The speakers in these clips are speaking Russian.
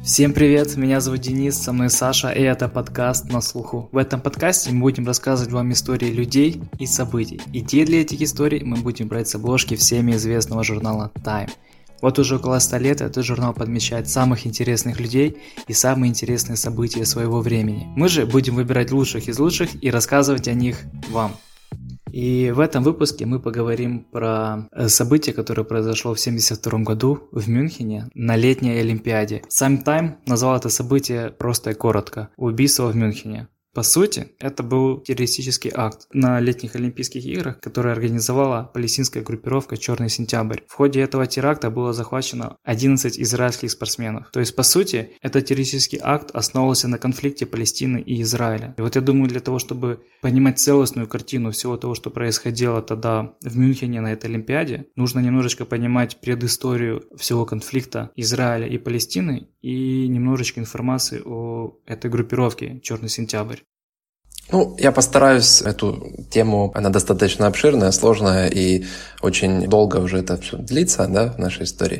Всем привет, меня зовут Денис, со мной Саша, и это подкаст «На слуху». В этом подкасте мы будем рассказывать вам истории людей и событий. Идеи для этих историй мы будем брать с обложки всеми известного журнала Time. Вот уже около 100 лет этот журнал подмечает самых интересных людей и самые интересные события своего времени. Мы же будем выбирать лучших из лучших и рассказывать о них вам. И в этом выпуске мы поговорим про событие, которое произошло в 1972 году в Мюнхене на летней Олимпиаде. Сам Time назвал это событие просто и коротко – убийство в Мюнхене. По сути, это был террористический акт на летних Олимпийских играх, который организовала палестинская группировка «Черный сентябрь». В ходе этого теракта было захвачено 11 израильских спортсменов. То есть, по сути, этот террористический акт основывался на конфликте Палестины и Израиля. И вот я думаю, для того, чтобы понимать целостную картину всего того, что происходило тогда в Мюнхене на этой Олимпиаде, нужно немножечко понимать предысторию всего конфликта Израиля и Палестины и немножечко информации о этой группировке «Черный сентябрь». Я постараюсь. Эту тему, она достаточно обширная, сложная и очень долго уже это все длится, в нашей истории.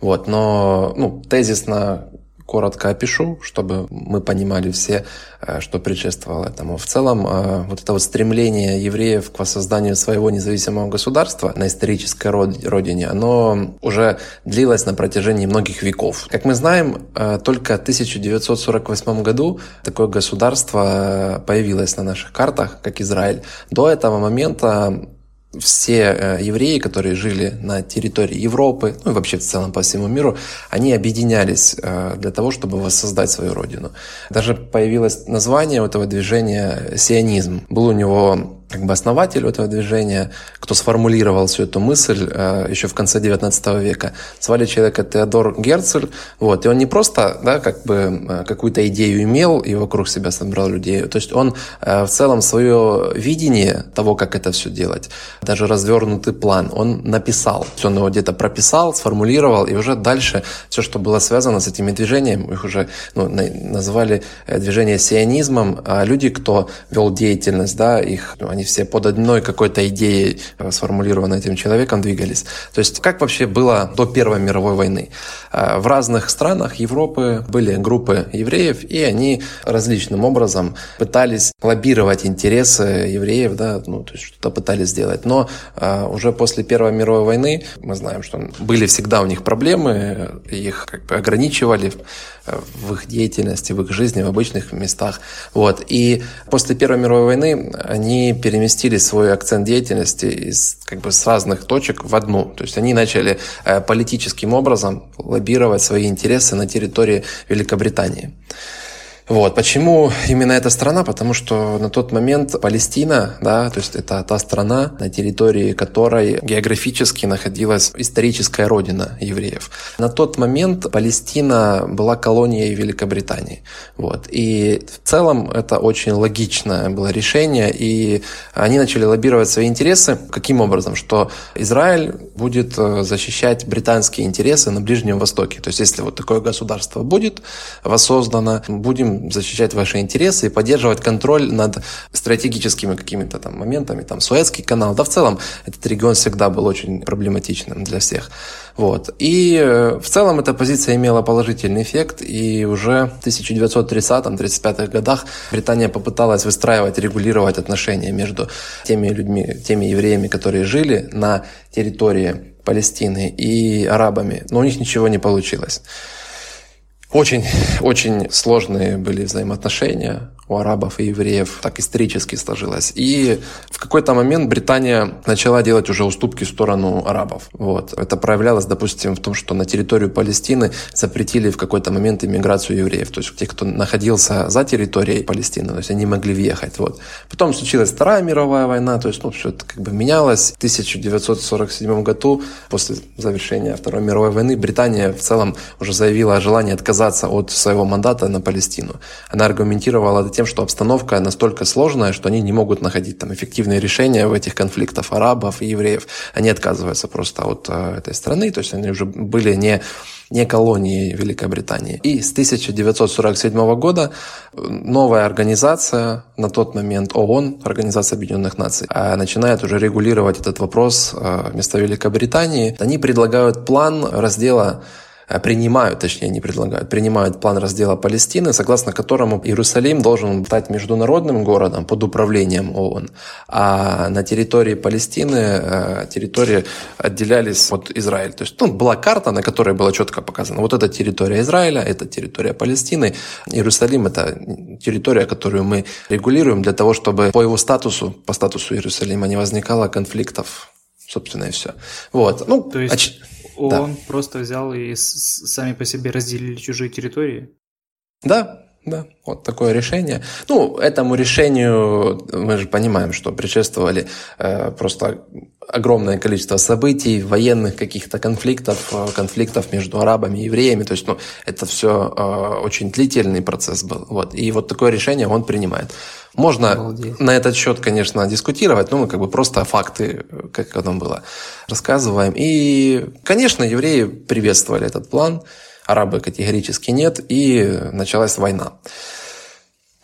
Но, тезисно коротко опишу, чтобы мы понимали все, что предшествовало этому. В целом, это стремление евреев к воссозданию своего независимого государства на исторической родине, оно уже длилось на протяжении многих веков. Как мы знаем, только в 1948 году такое государство появилось на наших картах, как Израиль. До этого момента все евреи, которые жили на территории Европы, и вообще в целом по всему миру, они объединялись для того, чтобы воссоздать свою родину. Даже появилось название у этого движения «сионизм». Был у него основатель этого движения, кто сформулировал всю эту мысль еще в конце 19 века. Звали человека Теодор Герцль. И он не просто какую-то идею имел и вокруг себя собрал людей. То есть он в целом свое видение того, как это все делать, даже развернутый план, он написал. Он его где-то прописал, сформулировал, и уже дальше все, что было связано с этими движениями, их уже назвали движение сионизмом. А люди, кто вел деятельность, они все под одной какой-то идеей, сформулированной этим человеком, двигались. То есть, как вообще было до Первой мировой войны? В разных странах Европы были группы евреев, и они различным образом пытались лоббировать интересы евреев, то есть что-то пытались сделать. Но уже после Первой мировой войны мы знаем, что были всегда у них проблемы, их ограничивали в их деятельности, в их жизни, в обычных местах. И после Первой мировой войны они переместили свой акцент деятельности с разных точек в одну. То есть они начали политическим образом лоббировать свои интересы на территории Великобритании. Почему именно эта страна? Потому что на тот момент Палестина, то есть это та страна, на территории которой географически находилась историческая родина евреев. На тот момент Палестина была колонией Великобритании. И в целом это очень логичное было решение, и они начали лоббировать свои интересы. Каким образом? Что Израиль будет защищать британские интересы на Ближнем Востоке. То есть если такое государство будет воссоздано, будем защищать ваши интересы и поддерживать контроль над стратегическими какими-то моментами, Суэцкий канал. В целом этот регион всегда был очень проблематичным для всех. И в целом эта позиция имела положительный эффект, и уже в 1930-35 годах Британия попыталась выстраивать, регулировать отношения между теми людьми, теми евреями, которые жили на территории Палестины, и арабами, но у них ничего не получилось. Очень сложные были взаимоотношения у арабов и евреев, так исторически сложилось. И в какой-то момент Британия начала делать уже уступки в сторону арабов. Это проявлялось, допустим, в том, что на территорию Палестины запретили в какой-то момент иммиграцию евреев. То есть те, кто находился за территорией Палестины, то есть они могли въехать. Потом случилась Вторая мировая война, то есть все это менялось. В 1947 году, после завершения Второй мировой войны, Британия в целом уже заявила о желании отказаться от своего мандата на Палестину. Она аргументировала тем, что обстановка настолько сложная, что они не могут находить эффективные решения в этих конфликтах арабов и евреев. Они отказываются просто от этой страны, то есть они уже были не колонией Великобритании. И с 1947 года новая организация, на тот момент ООН, Организация Объединенных Наций, начинает уже регулировать этот вопрос вместо Великобритании. Они предлагают план раздела принимают, точнее не предлагают, принимают план раздела Палестины, согласно которому Иерусалим должен стать международным городом под управлением ООН, а на территории Палестины территории отделялись от Израиля. То есть была карта, на которой было четко показано, вот это территория Израиля, это территория Палестины, Иерусалим – это территория, которую мы регулируем для того, чтобы по его статусу, по статусу Иерусалима не возникало конфликтов, собственно, и все. Вот. То есть он просто взял и сами по себе разделили чужие территории? Да, вот такое решение. Этому решению мы же понимаем, что предшествовали просто огромное количество событий, военных каких-то конфликтов между арабами и евреями. То есть, это все очень длительный процесс был. Вот. И вот такое решение он принимает. Можно на этот счет, конечно, дискутировать, но мы просто факты, как оно было, рассказываем. И, конечно, евреи приветствовали этот план, арабы категорически нет, и началась война. В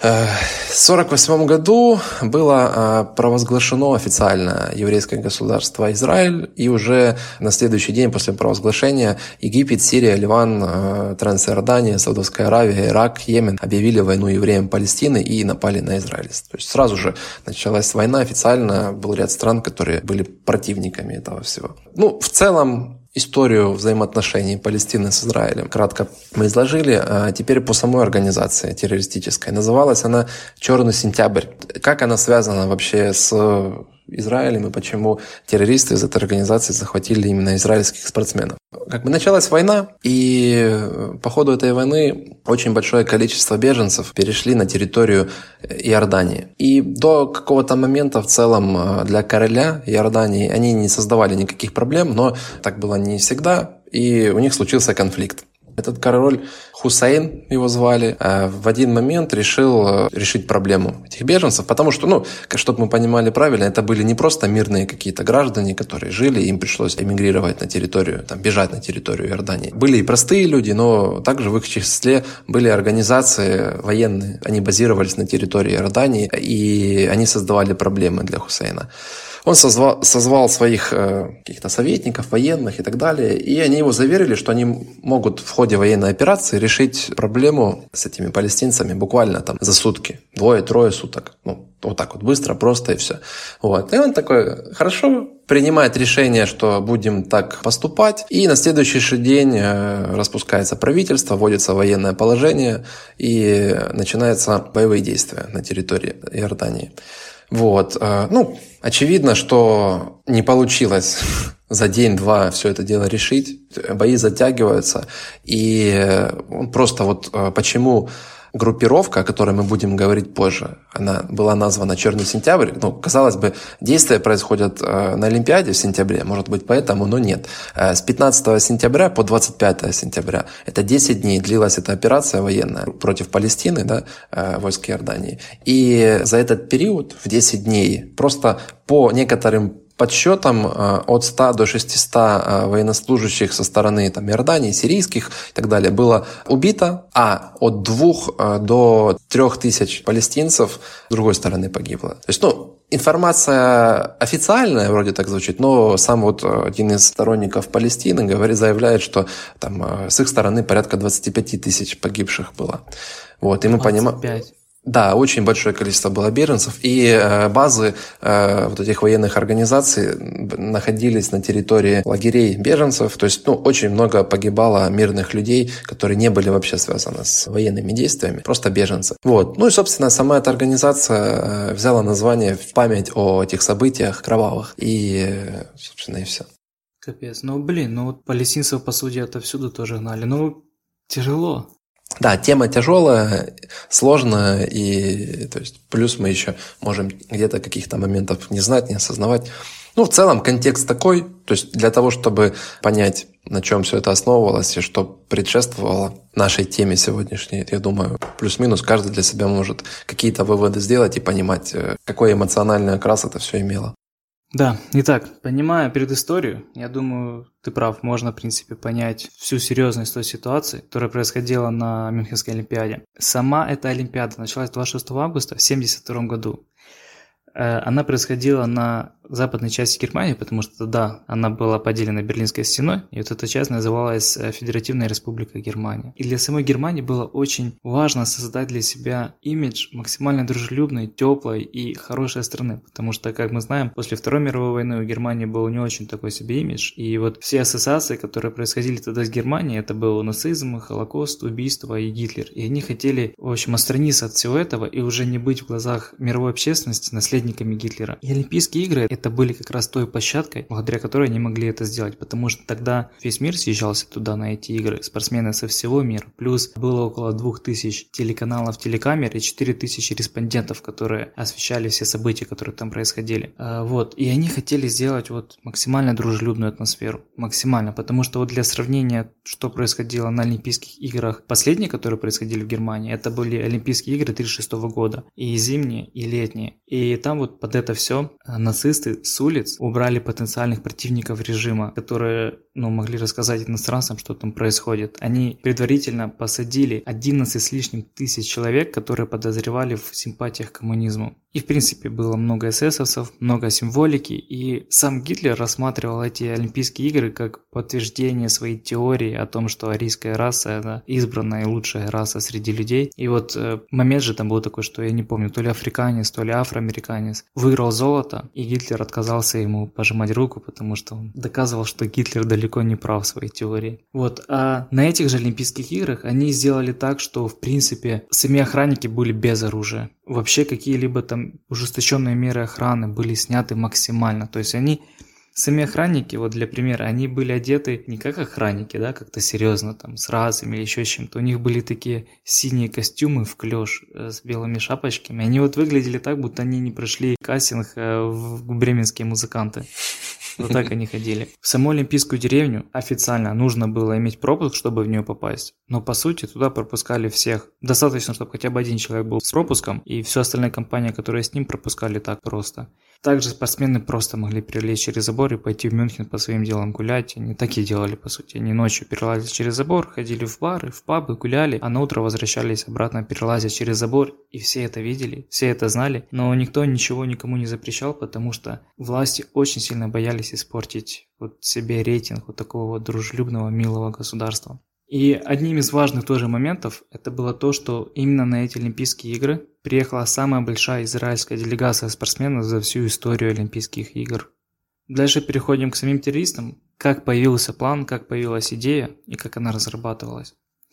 1948 году было провозглашено официально еврейское государство Израиль, и уже на следующий день после провозглашения Египет, Сирия, Ливан, Трансиордания, Саудовская Аравия, Ирак, Йемен объявили войну евреям Палестины и напали на Израиль. То есть сразу же началась война, официально был ряд стран, которые были противниками этого всего. В целом, историю взаимоотношений Палестины с Израилем кратко мы изложили. А теперь по самой организации террористической. Называлась она «Черный сентябрь». Как она связана вообще с Израилем и почему террористы из этой организации захватили именно израильских спортсменов? Началась война, и по ходу этой войны очень большое количество беженцев перешли на территорию Иордании. И до какого-то момента в целом для короля Иордании они не создавали никаких проблем, но так было не всегда, и у них случился конфликт. Этот король Хусейн, его звали, в один момент решил решить проблему этих беженцев, потому что, чтобы мы понимали правильно, это были не просто мирные какие-то граждане, которые жили, им пришлось эмигрировать на территорию, бежать на территорию Иордании. Были и простые люди, но также в их числе были организации военные, они базировались на территории Иордании, и они создавали проблемы для Хусейна. Он созвал своих каких-то советников, военных и так далее, и они его заверили, что они могут в ходе военной операции решить проблему с этими палестинцами буквально за сутки, 2-3 суток. Вот так вот быстро, просто и все. Вот. И он такой, хорошо, принимает решение, что будем так поступать, и на следующий же день распускается правительство, вводится военное положение, и начинаются боевые действия на территории Иордании. Вот. Очевидно, что не получилось за день-два все это дело решить. Бои затягиваются. И просто почему группировка, о которой мы будем говорить позже, она была названа «Черный сентябрь». Казалось бы, действия происходят на Олимпиаде в сентябре, может быть, поэтому, но нет. С 15 сентября по 25 сентября, это 10 дней длилась эта операция военная против Палестины, войск Иордании. И за этот период, в 10 дней, просто по некоторым подсчетам от 100 до 600 военнослужащих со стороны Иордании, сирийских и так далее было убито, а от 2 до 3 тысяч палестинцев с другой стороны погибло. То есть, информация официальная вроде так звучит, но сам один из сторонников Палестины заявляет, что с их стороны порядка 25 тысяч погибших было. Вот, и мы понимаем... Да, очень большое количество было беженцев, и базы этих военных организаций находились на территории лагерей беженцев, то есть очень много погибало мирных людей, которые не были вообще связаны с военными действиями, просто беженцы. Вот. И, собственно, сама эта организация взяла название в память о этих событиях кровавых, и, собственно, и все. Капец, палестинцев, по сути, отовсюду тоже гнали, тяжело. Да, тема тяжелая, сложная, и то есть плюс мы еще можем где-то каких-то моментов не знать, не осознавать. В целом контекст такой, то есть для того, чтобы понять, на чем все это основывалось и что предшествовало нашей теме сегодняшней, я думаю, плюс-минус каждый для себя может какие-то выводы сделать и понимать, какой эмоциональный окрас это все имело. Да, итак, понимая предысторию, я думаю, ты прав, можно, в принципе, понять всю серьезность той ситуации, которая происходила на Мюнхенской Олимпиаде. Сама эта Олимпиада началась 26 августа в 1972 году. Она происходила на западной части Германии, потому что, да, она была поделена Берлинской стеной, и вот эта часть называлась Федеративная Республика Германия. И для самой Германии было очень важно создать для себя имидж максимально дружелюбной, теплой и хорошей страны, потому что, как мы знаем, после Второй мировой войны у Германии был не очень такой себе имидж, и вот все ассоциации, которые происходили тогда с Германией, это был нацизм, Холокост, убийство и Гитлер, и они хотели, в общем, отстраниться от всего этого и уже не быть в глазах мировой общественности наследниками Гитлера. И Олимпийские игры это были как раз той площадкой, благодаря которой они могли это сделать, потому что тогда весь мир съезжался туда на эти игры, спортсмены со всего мира, плюс было около 2000 телеканалов, телекамер и 4000 респондентов, которые освещали все события, которые там происходили. Вот, и они хотели сделать вот максимально дружелюбную атмосферу, максимально, потому что вот для сравнения, что происходило на Олимпийских играх последние, которые происходили в Германии, это были Олимпийские игры 1936 года, и зимние, и летние, и там вот под это все нацисты с улиц убрали потенциальных противников режима, которые, могли рассказать иностранцам, что там происходит. Они предварительно посадили 11 с лишним тысяч человек, которые подозревали в симпатиях к коммунизму. И в принципе было много эсэсовцев, много символики, и сам Гитлер рассматривал эти Олимпийские игры как подтверждение своей теории о том, что арийская раса – это избранная и лучшая раса среди людей. И вот момент же там был такой, что я не помню, то ли африканец, то ли афроамериканец выиграл золото, и Гитлер отказался ему пожимать руку, потому что он доказывал, что Гитлер далеко не прав в своей теории. Вот, а на этих же Олимпийских играх они сделали так, что в принципе сами охранники были без оружия. Вообще какие-либо там ужесточенные меры охраны были сняты максимально. То есть сами охранники, вот для примера, они были одеты не как охранники, да, как-то серьезно, там, с рациями или еще чем-то. У них были такие синие костюмы в клеш с белыми шапочками. Они вот выглядели так, будто они не прошли кастинг в бременские музыканты. Вот так они ходили. В саму Олимпийскую деревню официально нужно было иметь пропуск, чтобы в нее попасть. Но по сути туда пропускали всех. Достаточно, чтобы хотя бы один человек был с пропуском, и все остальные компании, которые с ним, пропускали так просто. Также спортсмены просто могли перелезть через забор и пойти в Мюнхен по своим делам гулять. Они так и делали, по сути. Они ночью перелазили через забор, ходили в бары, в пабы, гуляли, а на утро возвращались обратно, перелазя через забор. И все это видели, все это знали. Но никто ничего никому не запрещал, потому что власти очень сильно боялись испортить вот себе рейтинг вот такого вот дружелюбного, милого государства. И одним из важных тоже моментов это было то, что именно на эти Олимпийские игры приехала самая большая израильская делегация спортсменов за всю историю Олимпийских игр. Дальше переходим к самим террористам. Как появился план, как появилась идея и как она разрабатывалась.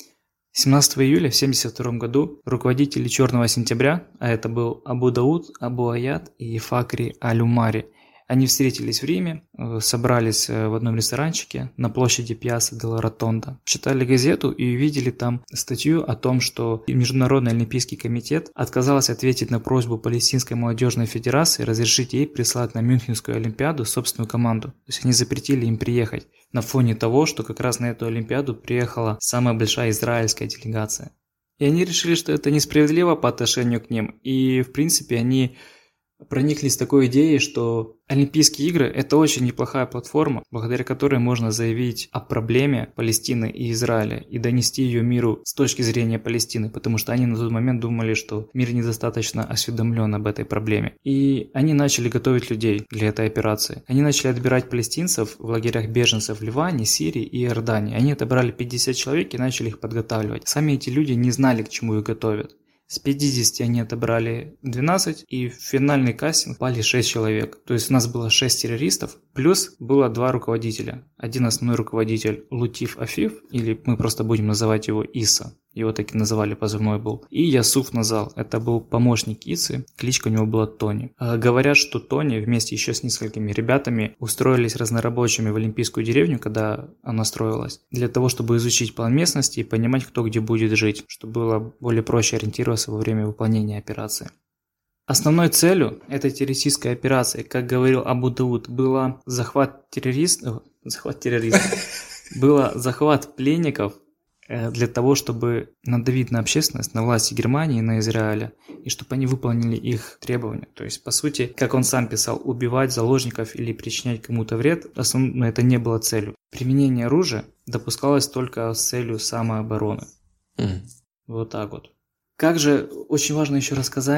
17 июля в 1972 году руководители «Черного сентября», а это был Абу Дауд, Абу Аяд и Факри Аль-Умари, они встретились в Риме, собрались в одном ресторанчике на площади Пьяцца делла Ротонда, читали газету и увидели там статью о том, что Международный Олимпийский комитет отказался ответить на просьбу Палестинской молодежной федерации разрешить ей прислать на Мюнхенскую Олимпиаду собственную команду. То есть они запретили им приехать на фоне того, что как раз на эту Олимпиаду приехала самая большая израильская делегация. И они решили, что это несправедливо по отношению к ним, и в принципе они прониклись такой идеей, что Олимпийские игры – это очень неплохая платформа, благодаря которой можно заявить о проблеме Палестины и Израиля и донести ее миру с точки зрения Палестины, потому что они на тот момент думали, что мир недостаточно осведомлен об этой проблеме. И они начали готовить людей для этой операции. Они начали отбирать палестинцев в лагерях беженцев в Ливане, Сирии и Иордании. Они отобрали 50 человек и начали их подготавливать. Сами эти люди не знали, к чему их готовят. С 50 они отобрали 12, и в финальный кастинг попали 6 человек. То есть у нас было 6 террористов, плюс было 2 руководителя. Один основной руководитель Лутиф Афиф, или мы просто будем называть его Иса. Его так и называли, позывной был. И Ясуф Назал, это был помощник Исы, кличка у него была Тони. Говорят, что Тони вместе еще с несколькими ребятами устроились разнорабочими в Олимпийскую деревню, когда она строилась, для того, чтобы изучить план местности и понимать, кто где будет жить, чтобы было более проще ориентироваться во время выполнения операции. Основной целью этой террористической операции, как говорил Абу Дауд, было захват террористов, было захват пленников для того, чтобы надавить на общественность, на власти Германии, на Израиля, и чтобы они выполнили их требования. То есть, по сути, как он сам писал, убивать заложников или причинять кому-то вред, основно это не было целью. Применение оружия допускалось только с целью самообороны. Вот так вот. Как же, очень важно еще рассказать,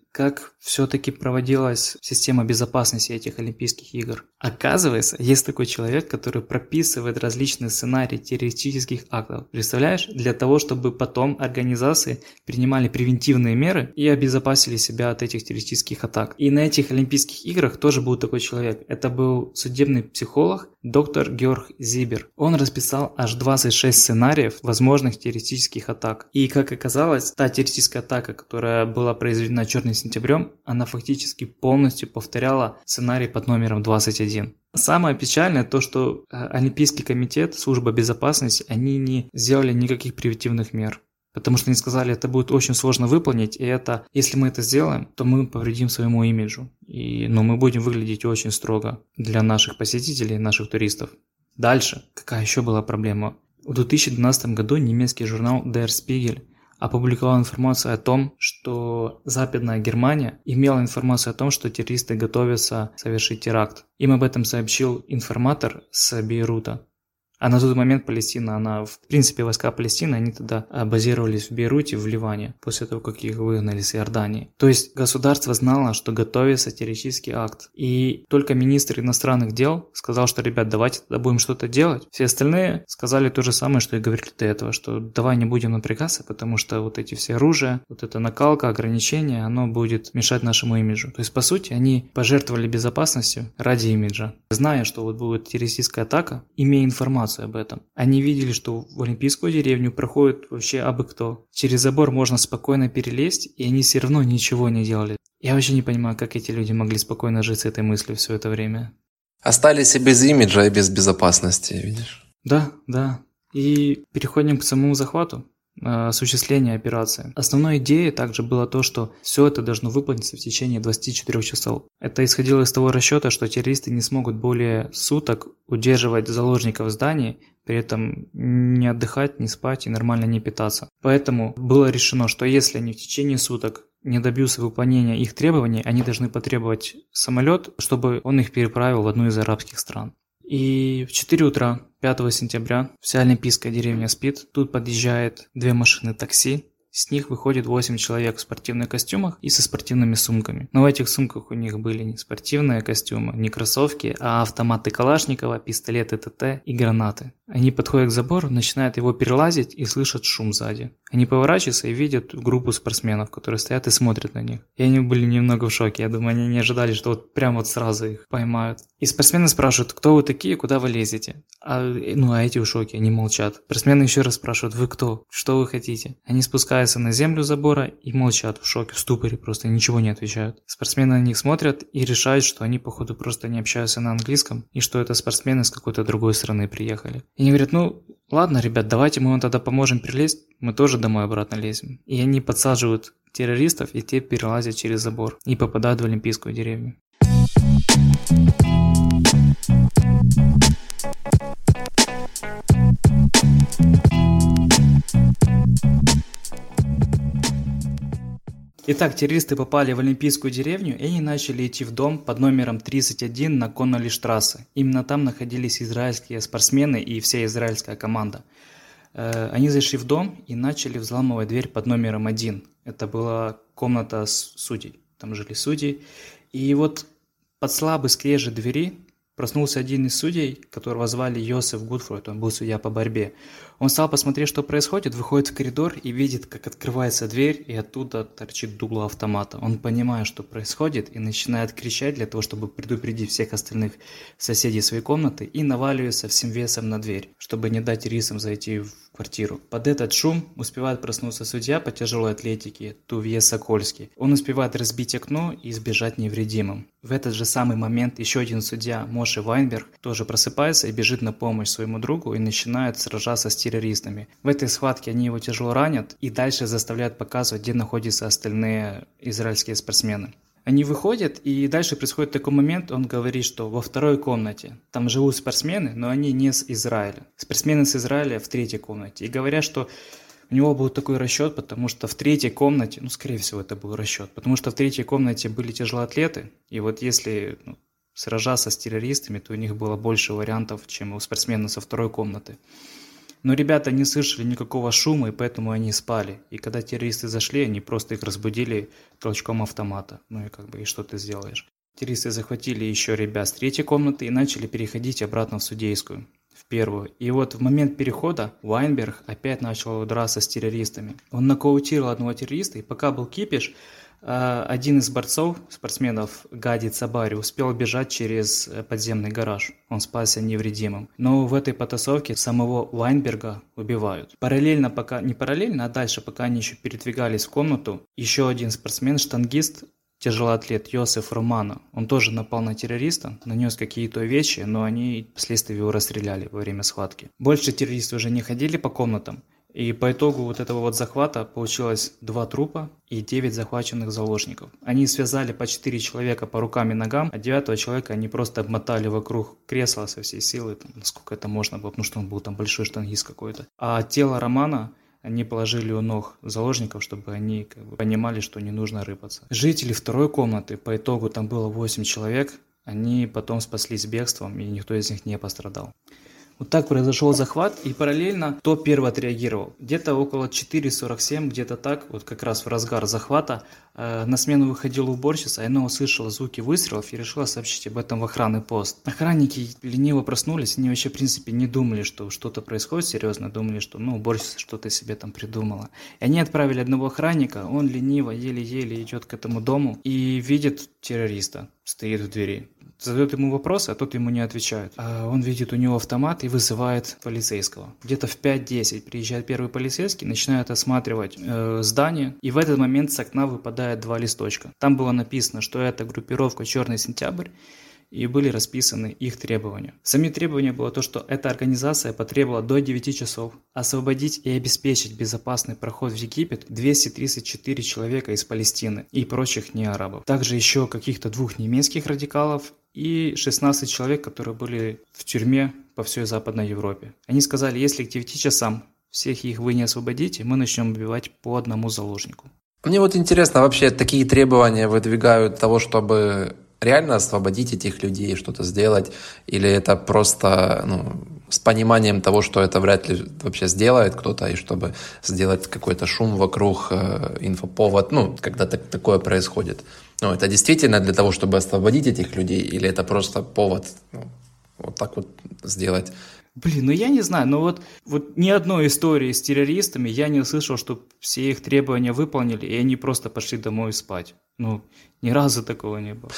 как все-таки проводилась система безопасности этих Олимпийских игр. Оказывается, есть такой человек, который прописывает различные сценарии террористических актов. Представляешь? Для того, чтобы потом организации принимали превентивные меры и обезопасили себя от этих террористических атак. И на этих Олимпийских играх тоже был такой человек. Это был судебный психолог доктор Георг Зибер. Он расписал аж 26 сценариев возможных террористических атак. И как оказалось, та террористическая атака, которая была произведена черным сентябрем, она фактически полностью повторяла сценарий под номером 21. Самое печальное то, что Олимпийский комитет, служба безопасности, они не сделали никаких превентивных мер. Потому что они сказали, это будет очень сложно выполнить, и это, если мы это сделаем, то мы повредим своему имиджу. И мы будем выглядеть очень строго для наших посетителей, наших туристов. Дальше, какая еще была проблема? В 2012 году немецкий журнал Der Spiegel опубликовал информацию о том, что Западная Германия имела информацию о том, что террористы готовятся совершить теракт. Им об этом сообщил информатор с Бейрута. А на тот момент Палестина, в принципе, войска Палестины, они тогда базировались в Бейруте, в Ливане, после того, как их выгнали с Иордании. То есть государство знало, что готовится террористический акт. И только министр иностранных дел сказал, что, ребят, давайте тогда будем что-то делать. Все остальные сказали то же самое, что и говорили до этого, что давай не будем напрягаться, потому что вот эти все оружия, вот эта накалка, ограничения, оно будет мешать нашему имиджу. То есть, по сути, они пожертвовали безопасностью ради имиджа. Зная, что вот будет террористическая атака, имея информацию об этом. Они видели, что в Олимпийскую деревню проходит вообще абы кто. Через забор можно спокойно перелезть, и они все равно ничего не делали. Я вообще не понимаю, как эти люди могли спокойно жить с этой мыслью все это время. Остались и без имиджа, и без безопасности, видишь? Да. И переходим к самому захвату. Осуществления операции. Основной идеей также было то, что все это должно выполниться в течение 24 часов. Это исходило из того расчета, что террористы не смогут более суток удерживать заложников в здании, при этом не отдыхать, не спать и нормально не питаться. Поэтому было решено, что если они в течение суток не добьются выполнения их требований, они должны потребовать самолет, чтобы он их переправил в одну из арабских стран. И в 4 утра 5 сентября вся Олимпийская деревня спит. Тут подъезжает 2 машины такси. С них выходит 8 человек в спортивных костюмах и со спортивными сумками. Но в этих сумках у них были не спортивные костюмы, не кроссовки, а автоматы Калашникова, пистолеты ТТ и гранаты. Они подходят к забору, начинают его перелазить и слышат шум сзади. Они поворачиваются и видят группу спортсменов, которые стоят и смотрят на них. И они были немного в шоке. Я думаю, они не ожидали, что вот прямо вот сразу их поймают. И спортсмены спрашивают, кто вы такие, куда вы лезете? А эти в шоке, они молчат. Спортсмены еще раз спрашивают, вы кто? Что вы хотите? Они спускаются на землю забора и молчат в шоке, в ступоре, просто ничего не отвечают. Спортсмены на них смотрят и решают, что они, походу, просто не общаются на английском и что это спортсмены с какой-то другой страны приехали. И они говорят, ладно, ребят, давайте мы вам тогда поможем перелезть, мы тоже домой обратно лезем. И они подсаживают террористов, и те перелазят через забор и попадают в Олимпийскую деревню. Итак, террористы попали в Олимпийскую деревню, и они начали идти в дом под номером 31 на Коннолли-штрассе. Именно там находились израильские спортсмены и вся израильская команда. Они зашли в дом и начали взламывать дверь под номером 1. Это была комната судей, там жили судьи. И вот под слабый скрежет двери проснулся один из судей, которого звали Йосеф Гудфройд, он был судья по борьбе. Он стал посмотреть, что происходит, выходит в коридор и видит, как открывается дверь, и оттуда торчит дуло автомата. Он понимает, что происходит, и начинает кричать для того, чтобы предупредить всех остальных соседей своей комнаты, и наваливается всем весом на дверь, чтобы не дать террористам зайти в квартиру. Под этот шум успевает проснуться судья по тяжелой атлетике Тувье Сокольский. Он успевает разбить окно и сбежать невредимым. В этот же самый момент еще один судья, Моше Вайнберг, тоже просыпается и бежит на помощь своему другу и начинает сражаться с террористами. В этой схватке они его тяжело ранят и дальше заставляют показывать, где находятся остальные израильские спортсмены. Они выходят, и дальше происходит такой момент, он говорит, что во второй комнате там живут спортсмены, но они не с Израиля. Спортсмены с Израиля в третьей комнате. И говорят, что у него был такой расчет, потому что в третьей комнате, скорее всего, это был расчет, потому что в третьей комнате были тяжелоатлеты, и вот если сражаться с террористами, то у них было больше вариантов, чем у спортсменов со второй комнаты. Но ребята не слышали никакого шума, и поэтому они спали. И когда террористы зашли, они просто их разбудили толчком автомата. Ну и что ты сделаешь? Террористы захватили еще ребят с третьей комнаты и начали переходить обратно в судейскую, в первую. И вот в момент перехода Вайнберг опять начал драться с террористами. Он нокаутировал одного террориста, и пока был кипиш, один из борцов, спортсменов, Гади Цабари, успел бежать через подземный гараж. Он спасся невредимым. Но в этой потасовке самого Вайнберга убивают. Параллельно, не параллельно, а дальше, пока они еще передвигались в комнату, еще один спортсмен, штангист, тяжелоатлет Йосиф Романо. Он тоже напал на террориста, нанес какие-то увечья, но они впоследствии его расстреляли во время схватки. Больше террористы уже не ходили по комнатам. И по итогу вот этого вот захвата получилось 2 трупа и 9 захваченных заложников. Они связали по 4 человека по рукам и ногам, а 9 человека они просто обмотали вокруг кресла со всей силы, насколько это можно было, потому что он был там большой штангист какой-то. А тело Романа они положили у ног заложников, чтобы они понимали, что не нужно рыпаться. Жители второй комнаты, по итогу там было 8 человек, они потом спаслись бегством, и никто из них не пострадал. Вот так произошел захват, и параллельно кто первый отреагировал. Где-то около 4:47, где-то так, вот как раз в разгар захвата, на смену выходила уборщица, и она услышала звуки выстрелов и решила сообщить об этом в охранный пост. Охранники лениво проснулись, они вообще в принципе не думали, что что-то происходит серьезно, думали, что уборщица что-то себе там придумала. И они отправили одного охранника, он лениво, еле-еле идет к этому дому и видит террориста, стоит в двери. Задает ему вопросы, а тот ему не отвечает. Он видит у него автомат и вызывает полицейского. Где-то в 5:10 приезжает первый полицейский, начинает осматривать здание, и в этот момент с окна выпадает 2 листочка. Там было написано, что это группировка «Черный сентябрь», и были расписаны их требования. Сами требования было то, что эта организация потребовала до 9 часов освободить и обеспечить безопасный проход в Египет 234 человека из Палестины и прочих неарабов. Также еще каких-то 2 немецких радикалов и 16 человек, которые были в тюрьме по всей Западной Европе. Они сказали, если к 9 часам всех их вы не освободите, мы начнем убивать по одному заложнику. Мне вот интересно, вообще такие требования выдвигают того, чтобы реально освободить этих людей, что-то сделать, или это просто с пониманием того, что это вряд ли вообще сделает кто-то, и чтобы сделать какой-то шум вокруг, инфоповод, когда такое происходит. Это действительно для того, чтобы освободить этих людей, или это просто повод вот так вот сделать? Я не знаю, но вот ни одной истории с террористами я не услышал, что все их требования выполнили, и они просто пошли домой спать. Ни разу такого не было.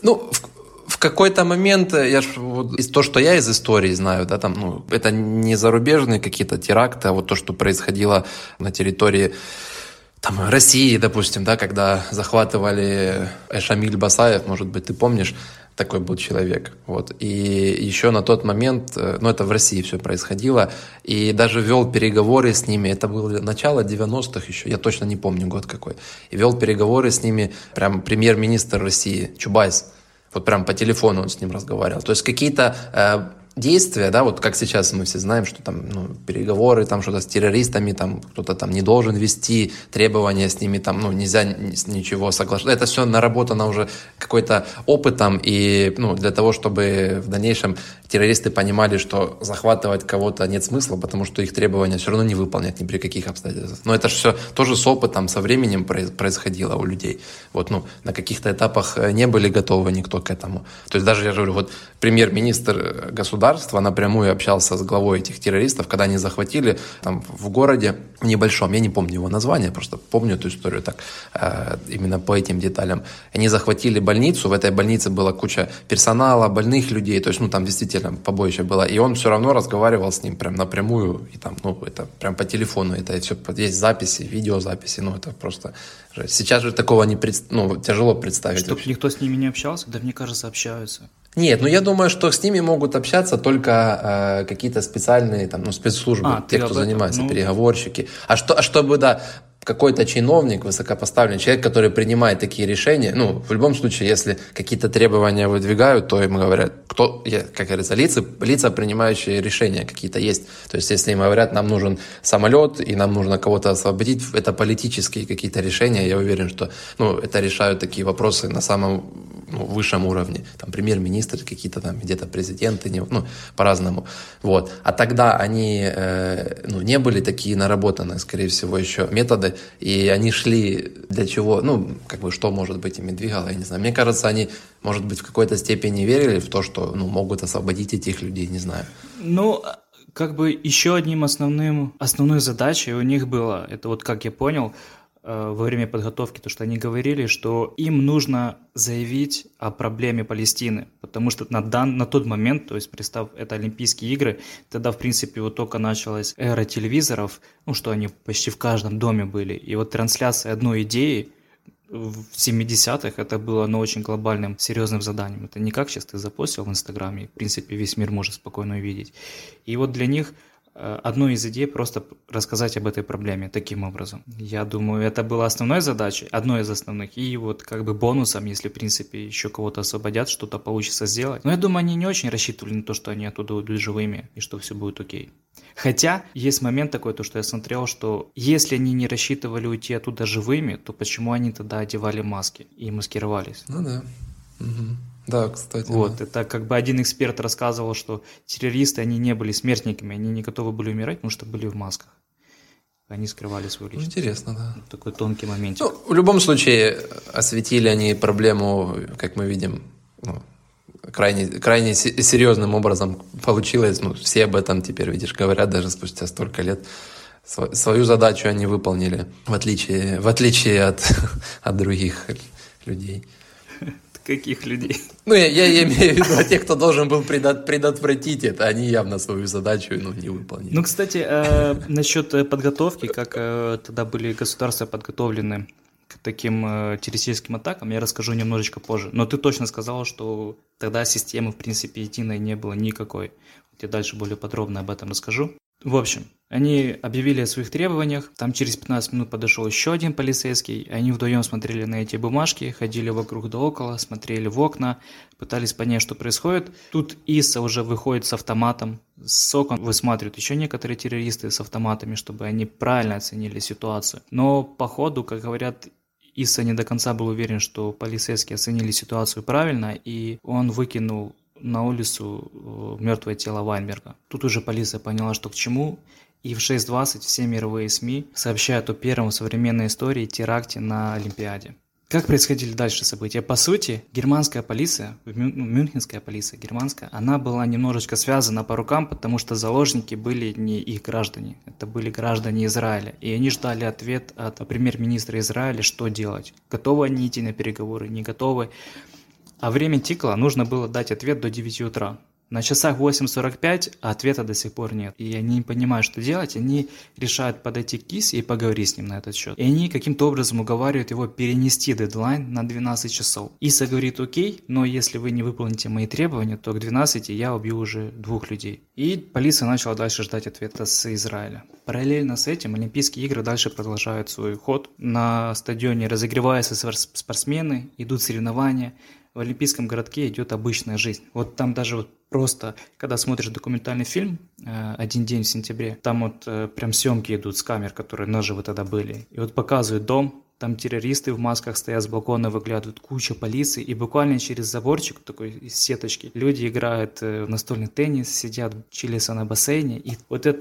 В какой-то момент, то, что я из истории знаю, да, это не зарубежные какие-то теракты, а вот то, что происходило на территории России, допустим, да, когда захватывали Шамиль Басаев, может быть, ты помнишь, такой был человек. И еще на тот момент, это в России все происходило, и даже вел переговоры с ними, это было начало 90-х еще, я точно не помню год какой, и вел переговоры с ними прям премьер-министр России Чубайс, прям по телефону он с ним разговаривал. То есть какие-то действия, да, вот как сейчас мы все знаем, что переговоры, что-то с террористами, кто-то не должен вести, требования с ними, нельзя ничего соглашаться. Это все наработано уже какой-то опытом, и, для того, чтобы в дальнейшем террористы понимали, что захватывать кого-то нет смысла, потому что их требования все равно не выполнят ни при каких обстоятельствах. Но это же все тоже с опытом, со временем происходило у людей. На каких-то этапах не были готовы никто к этому. То есть даже, я же говорю, премьер-министр государства напрямую общался с главой этих террористов, когда они захватили в городе небольшом, я не помню его название, просто помню эту историю так, именно по этим деталям. Они захватили больницу, в этой больнице была куча персонала, больных людей, то есть, там действительно побоище было, и он все равно разговаривал с ним прям напрямую, и это прям по телефону, это все, есть записи, видеозаписи, это просто... Сейчас же такого тяжело представить. Чтобы никто с ними не общался? Да, мне кажется, общаются. Нет, я думаю, что с ними могут общаться только какие-то специальные спецслужбы, те, кто занимается, переговорщики. Чтобы, какой-то чиновник, высокопоставленный человек, который принимает такие решения, в любом случае, если какие-то требования выдвигают, то им говорят, как говорится, лица, принимающие решения какие-то есть. То есть, если им говорят, нам нужен самолет, и нам нужно кого-то освободить, это политические какие-то решения, я уверен, что, это решают такие вопросы на самом высшем уровне, там премьер-министры какие-то там, где-то президенты, по-разному. Вот. А тогда они не были такие наработанные, скорее всего, еще методы, и они шли для чего, что, может быть, ими двигало, я не знаю. Мне кажется, они, может быть, в какой-то степени верили в то, что могут освободить этих людей, не знаю. Еще одним основной задачей у них было, это вот как я понял, во время подготовки, то, что они говорили, что им нужно заявить о проблеме Палестины, потому что на тот момент, то есть, представь, это Олимпийские игры, тогда, в принципе, вот только началась эра телевизоров, что они почти в каждом доме были, и вот трансляция одной идеи в 70-х, это было очень глобальным, серьезным заданием. Это не как сейчас ты запостил в Инстаграме, в принципе, весь мир может спокойно увидеть. И вот для них одной из идей просто рассказать об этой проблеме таким образом. Я думаю, это было основной задачей, одной из основных. И вот бонусом, если, в принципе, еще кого-то освободят, что-то получится сделать. Но я думаю, они не очень рассчитывали на то, что они оттуда уйдут живыми и что все будет окей. Хотя есть момент такой, то, что я смотрел, что если они не рассчитывали уйти оттуда живыми, то почему они тогда одевали маски и маскировались? Да. Угу. Да, кстати. Вот, да. Это один эксперт рассказывал, что террористы, они не были смертниками, они не готовы были умирать, потому что были в масках. Они скрывали свою личность. Интересно, да. Вот такой тонкий моментик. В любом случае, осветили они проблему, как мы видим, крайне серьезным образом получилось. Все об этом теперь, видишь, говорят даже спустя столько лет. Свою задачу они выполнили, в отличие от других людей. Каких людей? Я имею в виду тех, кто должен был предотвратить это, они явно свою задачу не выполнили. Кстати, насчет подготовки, как тогда были государства подготовлены к таким террористическим атакам, я расскажу немножечко позже. Но ты точно сказала, что тогда системы, в принципе, единой не было никакой. Я дальше более подробно об этом расскажу. В общем, они объявили о своих требованиях, там через 15 минут подошел еще один полицейский, они вдвоем смотрели на эти бумажки, ходили вокруг да около, смотрели в окна, пытались понять, что происходит. Тут Исса уже выходит с автоматом, с окон высматривают еще некоторые террористы с автоматами, чтобы они правильно оценили ситуацию. Но по ходу, как говорят, Исса не до конца был уверен, что полицейские оценили ситуацию правильно, и он выкинул на улицу мертвое тело Вайнберга. Тут уже полиция поняла, что к чему, и в 6:20 все мировые СМИ сообщают о первом в современной истории теракте на Олимпиаде. Как происходили дальше события? По сути, германская полиция, мюнхенская полиция германская, она была немножечко связана по рукам, потому что заложники были не их граждане, это были граждане Израиля. И они ждали ответ от премьер-министра Израиля, что делать. Готовы они идти на переговоры, не готовы. А время тикало, нужно было дать ответ до 9 утра. На часах 8:45, а ответа до сих пор нет. И они не понимают, что делать, они решают подойти к Иссе и поговорить с ним на этот счет. И они каким-то образом уговаривают его перенести дедлайн на 12 часов. Исса говорит: окей, но если вы не выполните мои требования, то к 12 я убью уже 2 людей. И полиция начала дальше ждать ответа с Израиля. Параллельно с этим Олимпийские игры дальше продолжают свой ход. На стадионе разогреваются спортсмены, идут соревнования. В Олимпийском городке идет обычная жизнь. Вот там даже просто, когда смотришь документальный фильм «Один день в сентябре», там прям съемки идут с камер, которые наживо тогда были. И показывают дом, там террористы в масках стоят с балкона, выглядывают, куча полиции, и буквально через заборчик такой из сеточки люди играют в настольный теннис, сидят, чилятся на бассейне. И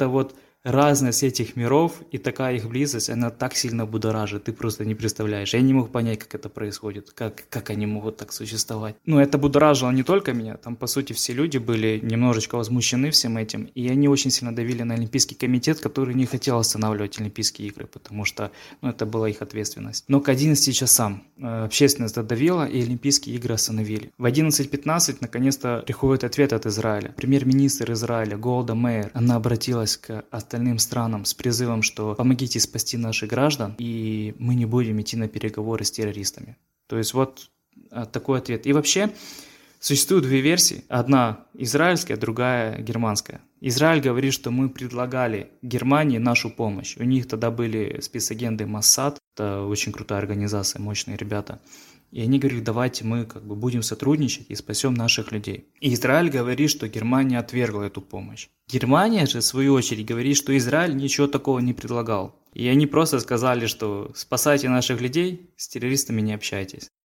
разность этих миров и такая их близость, она так сильно будоражит, ты просто не представляешь. Я не мог понять, как это происходит, как они могут так существовать. Это будоражило не только меня, там, по сути, все люди были немножечко возмущены всем этим, и они очень сильно давили на Олимпийский комитет, который не хотел останавливать Олимпийские игры, потому что, это была их ответственность. Но к 11 часам общественность додавила, и Олимпийские игры остановили. В 11:15 наконец-то приходит ответ от Израиля. Премьер-министр Израиля Голда Меир, она обратилась к остальным странам с призывом, что помогите спасти наших граждан, и мы не будем идти на переговоры с террористами. То есть такой ответ. И вообще существуют 2 версии. Одна израильская, другая германская. Израиль говорит, что мы предлагали Германии нашу помощь. У них тогда были спецагенты Моссад, это очень крутая организация, мощные ребята. И они говорили: давайте мы будем сотрудничать и спасем наших людей. И Израиль говорит, что Германия отвергла эту помощь. Германия же, в свою очередь, говорит, что Израиль ничего такого не предлагал. И они просто сказали, что спасайте наших людей, с террористами не общайтесь.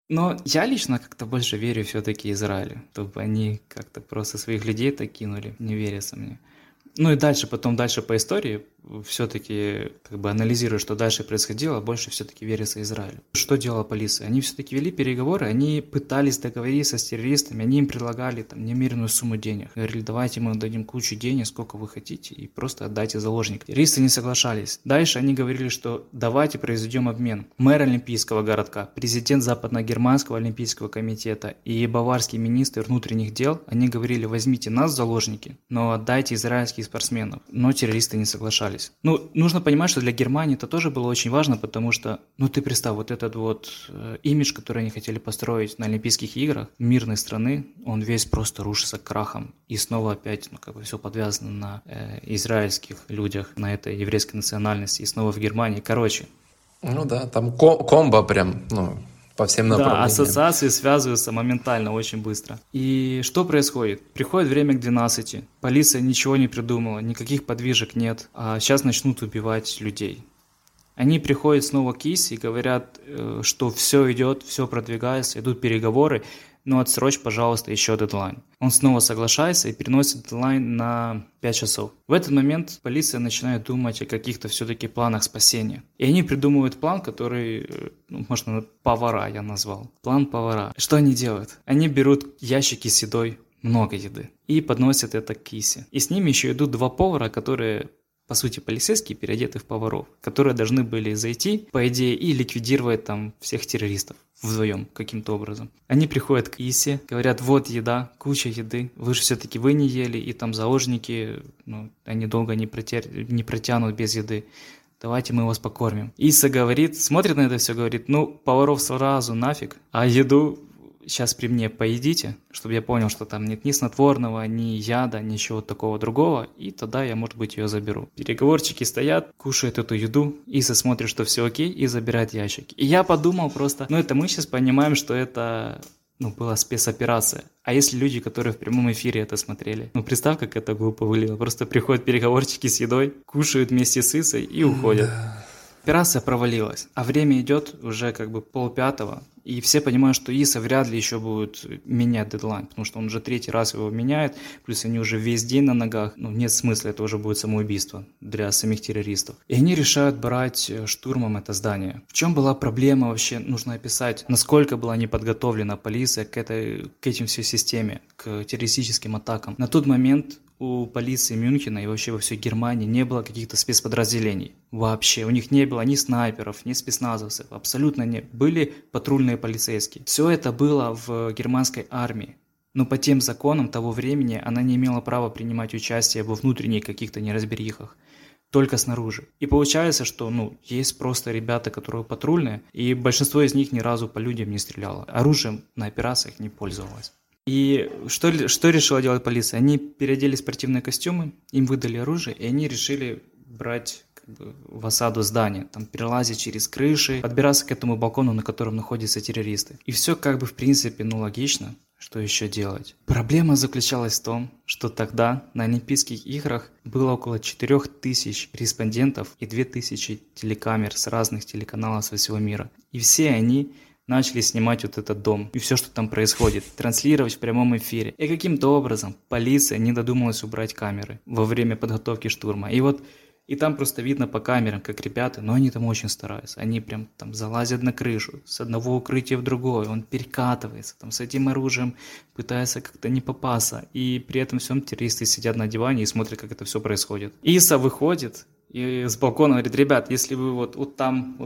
Но я лично как-то больше верю все-таки Израилю, чтобы они как-то просто своих людей так кинули, не верится мне. Ну и потом дальше по истории, все-таки как бы анализируя, что дальше происходило, больше все-таки верится Израилю. Что делала полиция? Они все-таки вели переговоры, они пытались договориться с террористами, они им предлагали там немеренную сумму денег. Говорили, давайте мы дадим кучу денег, сколько вы хотите, и просто отдайте заложников. Террористы не соглашались. Дальше они говорили, что давайте произведем обмен. Мэр Олимпийского городка, президент Западно-Германского Олимпийского комитета и баварский министр внутренних дел, они говорили, возьмите нас в заложники, но отдайте израильских спортсменов. Но террористы не соглашались. Ну, нужно понимать, что для Германии это тоже было очень важно, потому что, ну, ты представь, вот этот вот имидж, который они хотели построить на Олимпийских играх мирной страны, он весь просто рушится крахом. И снова опять, ну, как бы все подвязано на израильских людях, на этой еврейской национальности, и снова в Германии. Короче. Ну да, там комбо прям, ну, по всем направлениям. Да, ассоциации связываются моментально, очень быстро. И что происходит? Приходит время к 12. Полиция ничего не придумала, никаких подвижек нет. А сейчас начнут убивать людей. Они приходят снова к Исе и говорят, что все идет, все продвигается, идут переговоры, но отсрочь, пожалуйста, еще дедлайн. Он снова соглашается и переносит дедлайн на 5 часов. В этот момент полиция начинает думать о каких-то все-таки планах спасения. И они придумывают план, который, ну, можно повара я назвал. План повара. Что они делают? Они берут ящики с едой, много еды, и подносят это к Исе. И с ними еще идут 2 повара, которые, по сути, полицейские, переодеты в поваров, которые должны были зайти, по идее, и ликвидировать там всех террористов вдвоем каким-то образом. Они приходят к Исе, говорят, вот еда, куча еды, вы же все-таки вы не ели, и там заложники, ну, они долго не протянут без еды. Давайте мы вас покормим. Иса говорит, смотрит на это все, говорит, ну, поваров сразу нафиг, а еду сейчас при мне поедите, чтобы я понял, что там нет ни снотворного, ни яда, ничего такого другого, и тогда я, может быть, ее заберу. Переговорщики стоят, кушают эту еду, Иса смотрит, что все окей, и забирает ящик. И я подумал просто, ну это мы сейчас понимаем, что это, ну, была спецоперация. А если люди, которые в прямом эфире это смотрели? Ну, представь, как это глупо выглядело. Просто приходят переговорщики с едой, кушают вместе с Исой и уходят. Операция провалилась, а время идет уже как бы 4:30, и все понимают, что Иса вряд ли еще будет менять дедлайн, потому что он уже 3-й раз его меняет, плюс они уже весь день на ногах, ну нет смысла, это уже будет самоубийство для самих террористов. И они решают брать штурмом это здание. В чем была проблема вообще, нужно описать, насколько была неподготовлена полиция к этим всей системе, к террористическим атакам. На тот момент у полиции Мюнхена и вообще во всей Германии не было каких-то спецподразделений. Вообще. У них не было ни снайперов, ни спецназовцев. Абсолютно не. Были патрульные полицейские. Все это было в германской армии. Но по тем законам того времени она не имела права принимать участие во внутренних каких-то неразберихах. Только снаружи. И получается, что, ну, есть просто ребята, которые патрульные, и большинство из них ни разу по людям не стреляло. Оружием на операциях не пользовалось. И что решила делать полиция? Они переодели спортивные костюмы, им выдали оружие, и они решили брать в осаду здания, там перелазить через крыши, подбираться к этому балкону, на котором находятся террористы. И все как бы в принципе, ну, логично. Что еще делать? Проблема заключалась в том, что тогда на Олимпийских играх было около 4000 респондентов и 2000 телекамер с разных телеканалов со всего мира. И все они начали снимать вот этот дом и все, что там происходит, транслировать в прямом эфире. И каким-то образом полиция не додумалась убрать камеры во время подготовки штурма. И там просто видно по камерам, как ребята, но они там очень стараются. Они прям там залазят на крышу, с одного укрытия в другое, он перекатывается, там с этим оружием пытается как-то не попасться. И при этом всем террористы сидят на диване и смотрят, как это все происходит. Иса выходит и с балкона говорит, ребят, если вы вот там,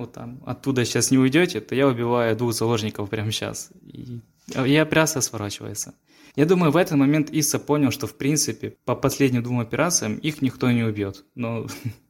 оттуда сейчас не уйдете, то я убиваю 2 заложников прямо сейчас. И операция сворачивается. Я думаю, в этот момент Иса понял, что в принципе по последним 2 операциям их никто не убьет. Но...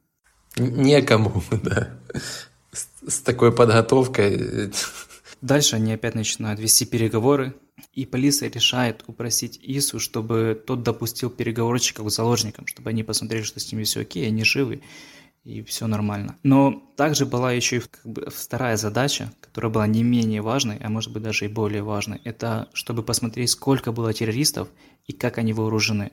Некому, да. С такой подготовкой. Дальше они опять начинают вести переговоры, и полиция решает упросить Ису, чтобы тот допустил переговорщиков к заложникам, чтобы они посмотрели, что с ними все окей, они живы, и все нормально. Но также была еще и как бы вторая задача, которая была не менее важной, а может быть даже и более важной. Это чтобы посмотреть, сколько было террористов и как они вооружены.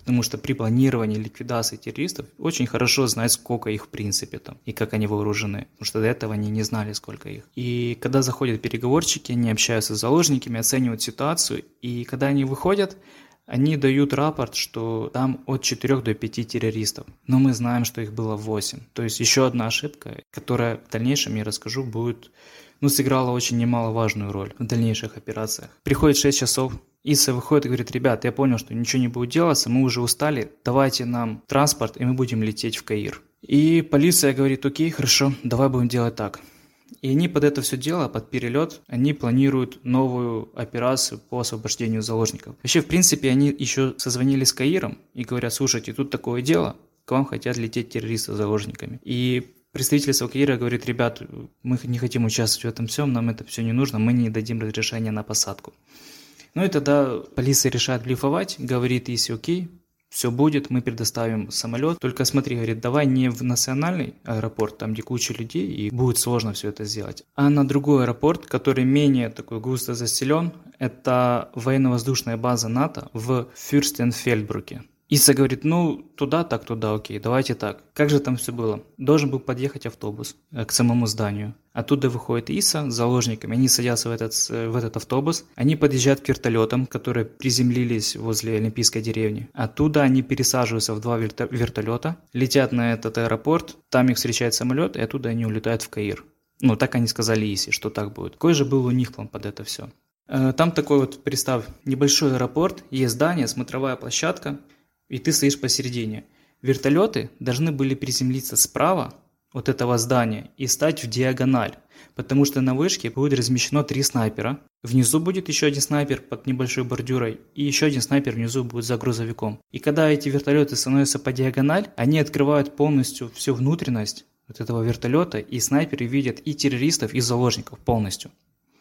Потому что при планировании ликвидации террористов очень хорошо знать, сколько их в принципе там и как они вооружены. Потому что до этого они не знали, сколько их. И когда заходят переговорщики, они общаются с заложниками, оценивают ситуацию. И когда они выходят, они дают рапорт, что там от 4 до 5 террористов. Но мы знаем, что их было 8. То есть еще одна ошибка, которая в дальнейшем, я расскажу, будет, сыграла очень немаловажную роль в дальнейших операциях. Приходит 6 часов, Иса выходит и говорит: ребят, я понял, что ничего не будет делаться, мы уже устали, давайте нам транспорт, и мы будем лететь в Каир. И полиция говорит: окей, хорошо, давай будем делать так. И они под это все дело, под перелет, они планируют новую операцию по освобождению заложников. Вообще, в принципе, они еще созвонились с Каиром и говорят: слушайте, тут такое дело, к вам хотят лететь террористы с заложниками. И представительство Каира говорит: ребят, мы не хотим участвовать в этом всем, нам это все не нужно, мы не дадим разрешения на посадку. Ну и тогда полиция решает блефовать, говорит Исе: окей, все будет, мы предоставим самолет. Только смотри, говорит, давай не в национальный аэропорт, там где куча людей, и будет сложно все это сделать, а на другой аэропорт, который менее такой густо заселен. Это военно-воздушная база НАТО в Фюрстенфельдбруке. Иса говорит: туда, окей, давайте так. Как же там все было? Должен был подъехать автобус к самому зданию. Оттуда выходит Иса с заложниками, они садятся в этот автобус, они подъезжают к вертолетам, которые приземлились возле Олимпийской деревни. Оттуда они пересаживаются в 2 вертолета, летят на этот аэропорт, там их встречает самолет, и оттуда они улетают в Каир. Так они сказали Исе, что так будет. Какой же был у них план под это все? Там такой вот, представь, небольшой аэропорт, есть здание, смотровая площадка, и ты стоишь посередине. Вертолеты должны были приземлиться справа от этого здания и стать в диагональ, потому что на вышке будет размещено 3 снайпера. Внизу будет еще один снайпер под небольшой бордюрой, и еще один снайпер внизу будет за грузовиком. И когда эти вертолеты становятся по диагональ, они открывают полностью всю внутренность вот этого вертолета, и снайперы видят и террористов, и заложников полностью.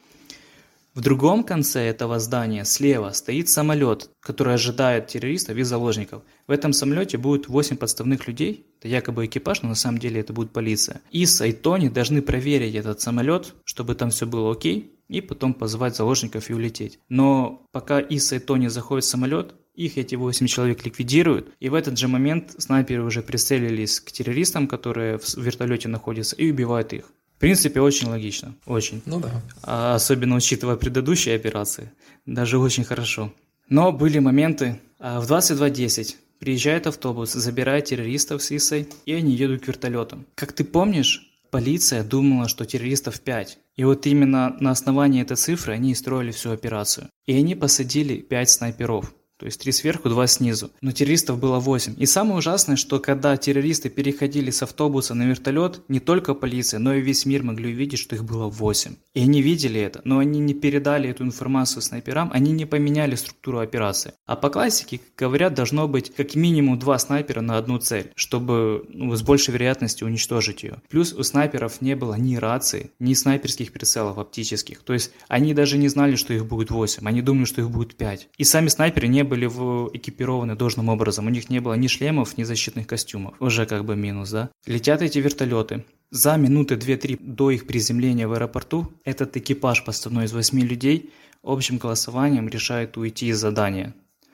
В другом конце этого здания слева стоит самолет, который ожидает террористов и заложников. В этом самолете будет 8 подставных людей, это якобы экипаж, но на самом деле это будет полиция. Иса и Тони должны проверить этот самолет, чтобы там все было окей, и потом позвать заложников и улететь. Но пока Иса и Тони заходят в самолет, их эти 8 человек ликвидируют, и в этот же момент снайперы уже прицелились к террористам, которые в вертолете находятся, и убивают их. В принципе, очень логично, очень. Да. Особенно учитывая предыдущие операции, даже очень хорошо. Но были моменты. В 22:10 приезжает автобус, забирает террористов с Исой, и они едут к вертолетам. Как ты помнишь, полиция думала, что террористов 5. И вот именно на основании этой цифры они и строили всю операцию. И они посадили 5 снайперов. То есть 3 сверху, 2 снизу. Но террористов было 8. И самое ужасное, что когда террористы переходили с автобуса на вертолет, не только полиция, но и весь мир могли увидеть, что их было 8. И они видели это, но они не передали эту информацию снайперам, они не поменяли структуру операции. А по классике, говорят, должно быть как минимум 2 снайпера на одну цель, чтобы с большей вероятностью уничтожить ее. Плюс у снайперов не было ни рации, ни снайперских прицелов оптических. То есть они даже не знали, что их будет 8, они думали, что их будет 5. И сами снайперы не были экипированы должным образом. У них не было ни шлемов, ни защитных костюмов. Уже как бы минус, да? Летят эти вертолеты. За минуты 2-3 до их приземления в аэропорту этот экипаж подставной из 8 людей общим голосованием решает уйти из задания.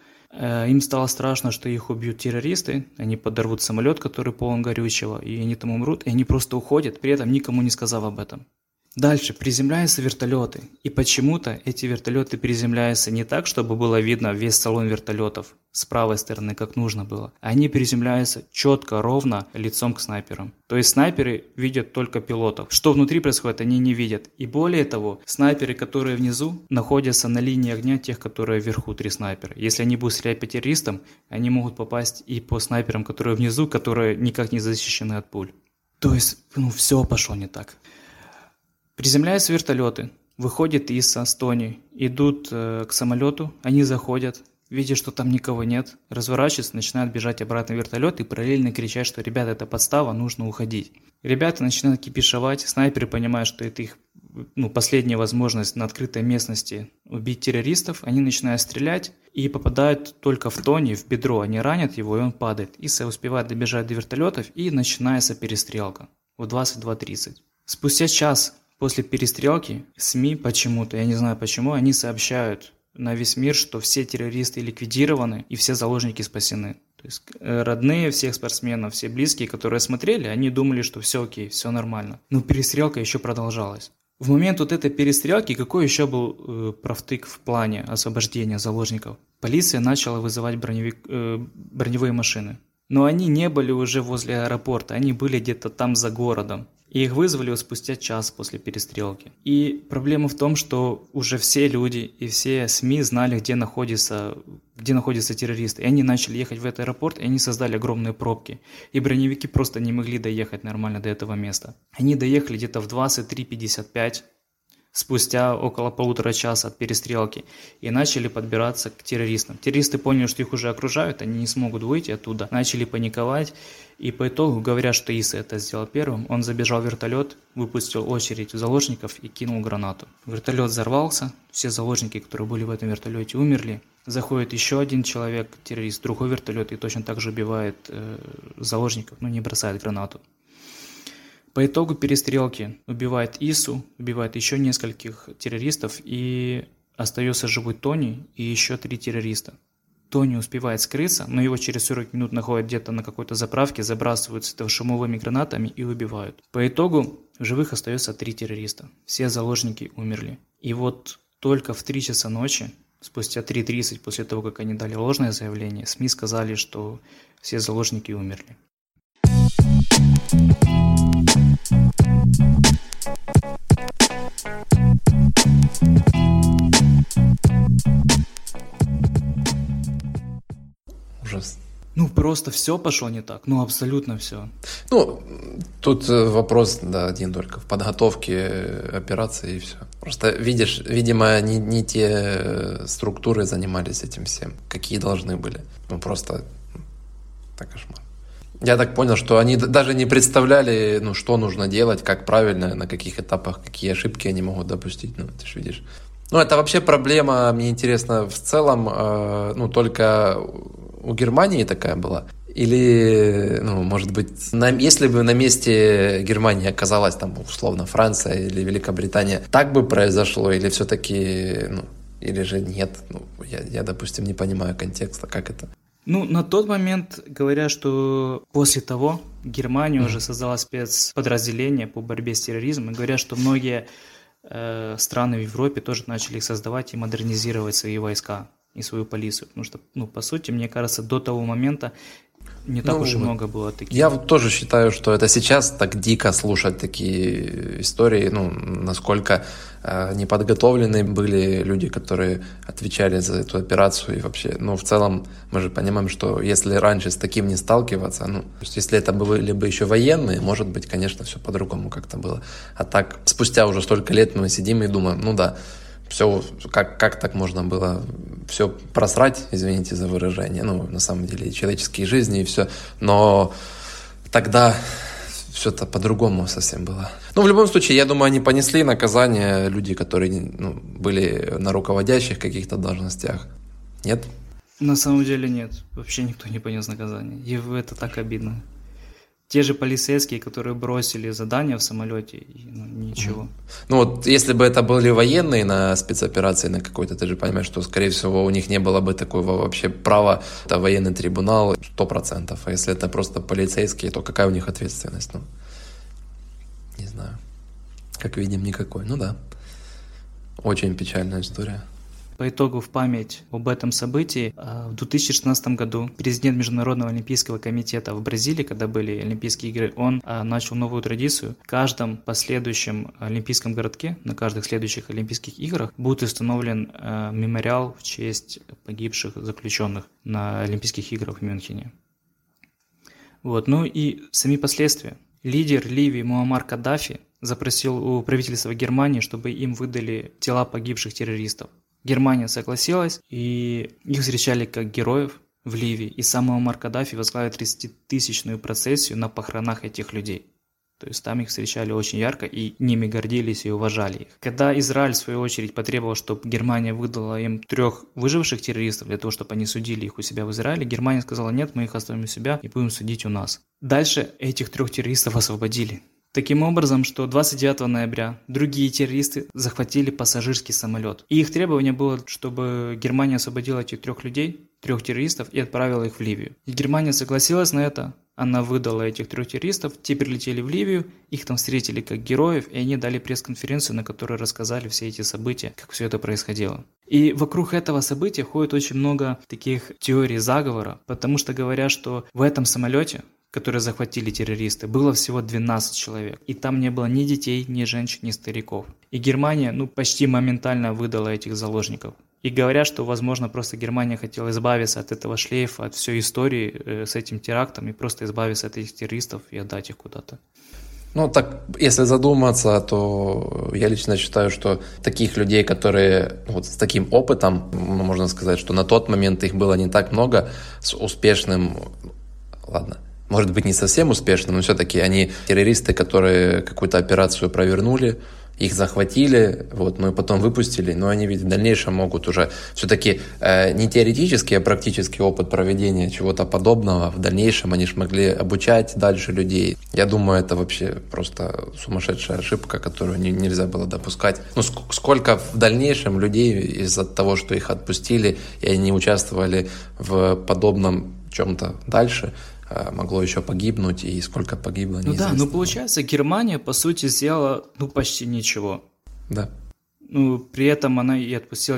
Им стало страшно, что их убьют террористы, они подорвут самолет, который полон горючего, и они там умрут, и они просто уходят, при этом никому не сказав об этом. Дальше приземляются вертолеты, и почему-то эти вертолеты приземляются не так, чтобы было видно весь салон вертолетов с правой стороны, как нужно было. Они приземляются четко, ровно, лицом к снайперам. То есть снайперы видят только пилотов. Что внутри происходит, они не видят. И более того, снайперы, которые внизу, находятся на линии огня тех, которые вверху, 3 снайпера. Если они будут стрелять по террористам, они могут попасть и по снайперам, которые внизу, которые никак не защищены от пуль. То есть, все пошло не так. Приземляются вертолеты, выходит Иса с Тони, идут к самолету, они заходят, видят, что там никого нет, разворачиваются, начинают бежать обратно в вертолет и параллельно кричать, что ребята, это подстава, нужно уходить. Ребята начинают кипишевать, снайперы понимают, что это их последняя возможность на открытой местности убить террористов, они начинают стрелять и попадают только в Тони, в бедро, они ранят его и он падает. Иса успевает добежать до вертолетов и начинается перестрелка в 22:30. Спустя час после перестрелки СМИ почему-то, я не знаю почему, они сообщают на весь мир, что все террористы ликвидированы и все заложники спасены. То есть родные всех спортсменов, все близкие, которые смотрели, они думали, что все окей, все нормально. Но перестрелка еще продолжалась. В момент вот этой перестрелки какой еще был правтык в плане освобождения заложников? Полиция начала вызывать броневые машины. Но они не были уже возле аэропорта, они были где-то там за городом. И их вызвали спустя час после перестрелки. И проблема в том, что уже все люди и все СМИ знали, где находятся террористы. И они начали ехать в этот аэропорт, и они создали огромные пробки. И броневики просто не могли доехать нормально до этого места. Они доехали где-то в 23:55, спустя около полутора часа от перестрелки, и начали подбираться к террористам. Террористы поняли, что их уже окружают, они не смогут выйти оттуда, начали паниковать, и по итогу, говорят, что Иса это сделал первым, он забежал в вертолет, выпустил очередь в заложников и кинул гранату. Вертолет взорвался, все заложники, которые были в этом вертолете, умерли. Заходит еще один человек, террорист, в другой вертолет, и точно так же убивает заложников, но не бросает гранату. По итогу перестрелки убивает Ису, убивает еще нескольких террористов, и остается живой Тони и еще 3 террориста. Тони успевает скрыться, но его через 40 минут находят где-то на какой-то заправке, забрасывают светошумовыми гранатами и убивают. По итогу в живых остается 3 террориста. Все заложники умерли. И вот только в 3 часа ночи, спустя 3:30 после того, как они дали ложное заявление, СМИ сказали, что все заложники умерли. Ужас. Просто все пошло не так. Абсолютно все. Тут вопрос, один только в подготовке операции и все. Просто видимо, не те структуры занимались этим всем, какие должны были. Просто так кошмар. Я так понял, что они даже не представляли, что нужно делать, как правильно, на каких этапах, какие ошибки они могут допустить. Ты же видишь. Это вообще проблема, мне интересно, в целом, только у Германии такая была? Или, может быть, если бы на месте Германии оказалась там, условно, Франция или Великобритания, так бы произошло, или все-таки, или же нет? Я, допустим, не понимаю контекста, как это. На тот момент говорят, что после того Германия уже создала спецподразделение по борьбе с терроризмом, и говорят, что многие страны в Европе тоже начали их создавать и модернизировать свои войска и свою полицию. Потому что, по сути, мне кажется, до того момента не так уж и много было таких. Я тоже считаю, что это сейчас так дико слушать такие истории, насколько неподготовлены были люди, которые отвечали за эту операцию и вообще, в целом мы же понимаем, что если раньше с таким не сталкиваться, если это были бы еще военные, может быть, конечно, все по-другому как-то было. А так, спустя уже столько лет мы сидим и думаем, все, как так можно было все просрать, извините за выражение, на самом деле, человеческие жизни и все, но тогда все это по-другому совсем было. В любом случае, я думаю, они понесли наказание, люди, которые были на руководящих каких-то должностях. Нет? На самом деле нет, вообще никто не понес наказание, и это так обидно. Те же полицейские, которые бросили задание в самолете, ничего. Если бы это были военные на спецоперации на какой-то, ты же понимаешь, что, скорее всего, у них не было бы такого вообще права. Это военный трибунал 100%. А если это просто полицейские, то какая у них ответственность? Не знаю. Как видим, никакой. Очень печальная история. По итогу, в память об этом событии, в 2016 году президент Международного олимпийского комитета в Бразилии, когда были Олимпийские игры, он начал новую традицию. В каждом последующем олимпийском городке, на каждых следующих Олимпийских играх будет установлен мемориал в честь погибших заключенных на Олимпийских играх в Мюнхене. И сами последствия. Лидер Ливии Муаммар Каддафи запросил у правительства Германии, чтобы им выдали тела погибших террористов. Германия согласилась, и их встречали как героев в Ливии, и сам Муаммар Каддафи возглавил 30-тысячную процессию на похоронах этих людей. То есть там их встречали очень ярко, и ними гордились и уважали их. Когда Израиль, в свою очередь, потребовал, чтобы Германия выдала им 3 выживших террористов для того, чтобы они судили их у себя в Израиле, Германия сказала: нет, мы их оставим у себя и будем судить у нас. Дальше этих 3 террористов освободили. Таким образом, что 29 ноября другие террористы захватили пассажирский самолет. И их требование было, чтобы Германия освободила этих 3 людей, 3 террористов, и отправила их в Ливию. И Германия согласилась на это. Она выдала этих 3 террористов, те прилетели в Ливию, их там встретили как героев, и они дали пресс-конференцию, на которой рассказали все эти события, как все это происходило. И вокруг этого события ходит очень много таких теорий заговора, потому что говорят, что в этом самолете, которые захватили террористы, было всего 12 человек. И там не было ни детей, ни женщин, ни стариков. И Германия, почти моментально выдала этих заложников. И говорят, что, возможно, просто Германия хотела избавиться от этого шлейфа, от всей истории с этим терактом, и просто избавиться от этих террористов и отдать их куда-то. Так, если задуматься, то я лично считаю, что таких людей, которые вот с таким опытом, можно сказать, что на тот момент их было не так много, с успешным, ладно, может быть, не совсем успешным, но все-таки они террористы, которые какую-то операцию провернули, их захватили, и потом выпустили, но они ведь в дальнейшем могут уже все-таки не теоретический, а практический опыт проведения чего-то подобного, в дальнейшем они же могли обучать дальше людей. Я думаю, это вообще просто сумасшедшая ошибка, которую нельзя было допускать. Сколько в дальнейшем людей из-за того, что их отпустили, и они участвовали в подобном чем-то дальше, могло еще погибнуть, и сколько погибло, неизвестно. Получается, Германия, по сути, сделала, почти ничего. Да. При этом она и отпустила.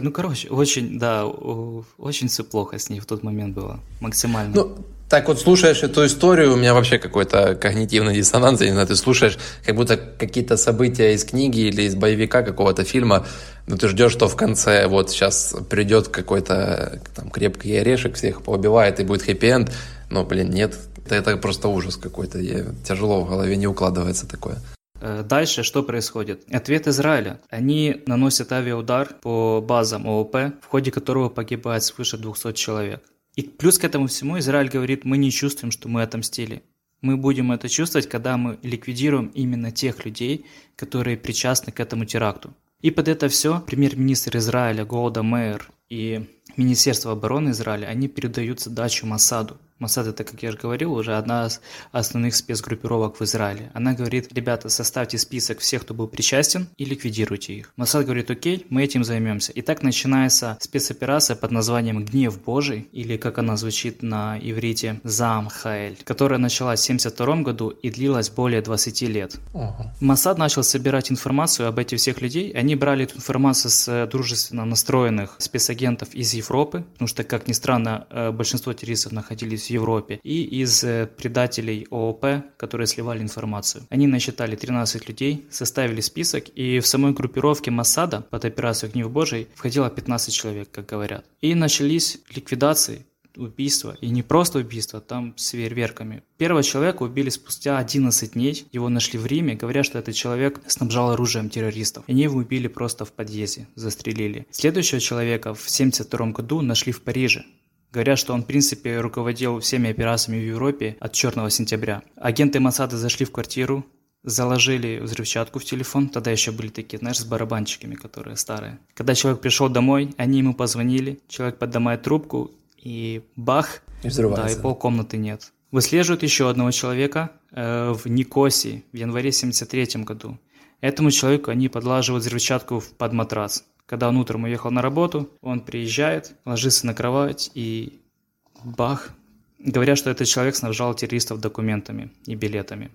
Очень все плохо с ней в тот момент было, максимально. Так вот, слушаешь эту историю, у меня вообще какой-то когнитивный диссонанс, я не знаю, ты слушаешь, как будто какие-то события из книги или из боевика какого-то фильма, но ты ждешь, что в конце вот сейчас придет какой-то там крепкий орешек, всех поубивает и будет хэппи-энд, но, нет, это просто ужас какой-то, тяжело в голове не укладывается такое. Дальше что происходит? Ответ Израиля. Они наносят авиаудар по базам ООП, в ходе которого погибает свыше 200 человек. И плюс к этому всему Израиль говорит, мы не чувствуем, что мы отомстили. Мы будем это чувствовать, когда мы ликвидируем именно тех людей, которые причастны к этому теракту. И под это все премьер-министр Израиля Голда Меир и Министерство обороны Израиля, они передают задачу Моссаду. Моссад — это, как я уже говорил, уже одна из основных спецгруппировок в Израиле. Она говорит, ребята, составьте список всех, кто был причастен, и ликвидируйте их. Моссад говорит, окей, мы этим займемся. И так начинается спецоперация под названием «Гнев Божий», или как она звучит на иврите «Заам Хаэль», которая началась в 1972 году и длилась более 20 лет. Моссад начал собирать информацию об этих всех людей. Они брали эту информацию с дружественно настроенных спецагентов из Европы, потому что, как ни странно, большинство террористов находились в Европе, и из предателей ООП, которые сливали информацию. Они насчитали 13 людей, составили список, и в самой группировке Моссада под операцию «Гнев Божий» входило 15 человек, как говорят. И начались ликвидации, убийства, и не просто убийства, там с фейерверками. Первого человека убили спустя 11 дней, его нашли в Риме, говорят, что этот человек снабжал оружием террористов. И они его убили просто в подъезде, застрелили. Следующего человека в 1972 году нашли в Париже. Говорят, что он, в принципе, руководил всеми операциями в Европе от Черного сентября. Агенты Моссада зашли в квартиру, заложили взрывчатку в телефон, тогда еще были такие, с барабанчиками, которые старые. Когда человек пришел домой, они ему позвонили, человек поднимает трубку, и бах, и взрывается. И полкомнаты нет. Выслеживают еще одного человека в Никосии в январе 1973 году. Этому человеку они подлаживают взрывчатку под матрас. Когда он утром уехал на работу, он приезжает, ложится на кровать и бах. Говорят, что этот человек снабжал террористов документами и билетами.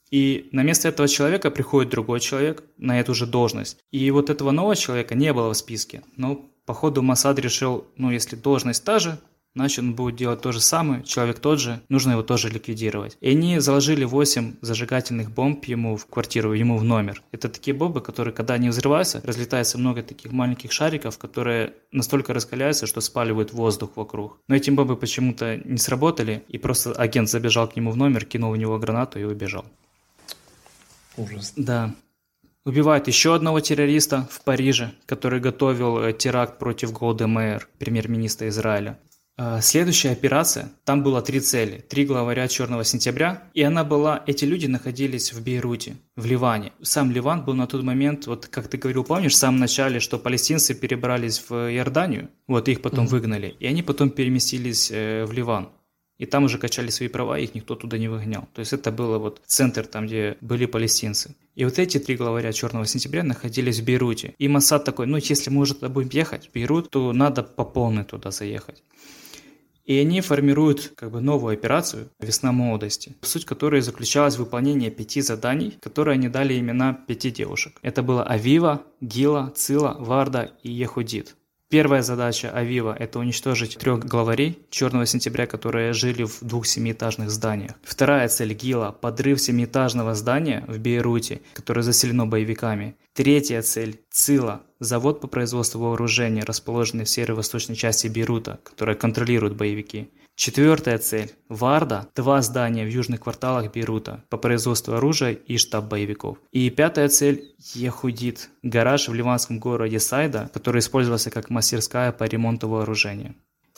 И на место этого человека приходит другой человек на эту же должность. И вот этого нового человека не было в списке. Но походу Моссад решил, если должность та же, значит он будет делать то же самое, человек тот же, нужно его тоже ликвидировать. И они заложили 8 зажигательных бомб ему в квартиру, ему в номер. Это такие бомбы, которые, когда они взрываются, разлетается много таких маленьких шариков, которые настолько раскаляются, что спаливают воздух вокруг. Но эти бомбы почему-то не сработали, и просто агент забежал к нему в номер, кинул в него гранату и убежал. Ужас. Да. Убивают еще одного террориста в Париже, который готовил теракт против Голды Меир, премьер-министра Израиля. Следующая операция, там было 3 цели, 3 главаря Черного сентября, и эти люди находились в Бейруте, в Ливане. Сам Ливан был на тот момент, как ты говорил, помнишь, в самом начале, что палестинцы перебрались в Иорданию, их потом выгнали, и они потом переместились в Ливан. И там уже качали свои права, их никто туда не выгонял. То есть это было вот центр, там, где были палестинцы. И вот эти 3 главаря «Черного сентября» находились в Бейруте. И Моссад такой, если мы уже туда будем ехать, в Бейрут, то надо по полной туда заехать. И они формируют новую операцию «Весна молодости», суть которой заключалась в выполнении 5 заданий, которые они дали имена 5 девушек. Это было Авива, Гила, Цила, Варда и Ехудит. Первая задача Авива – это уничтожить 3 главарей «Черного сентября», которые жили в 2 семиэтажных зданиях. Вторая цель Гила – подрыв 7-этажного здания в Бейруте, которое заселено боевиками. Третья цель Цила – завод по производству вооружения, расположенный в северо-восточной части Бейрута, который контролируют боевики. Четвертая цель – Варда – 2 здания в южных кварталах Бейрута по производству оружия и штаб боевиков. И пятая цель – Ехудит – гараж в ливанском городе Сайда, который использовался как мастерская по ремонту вооружения.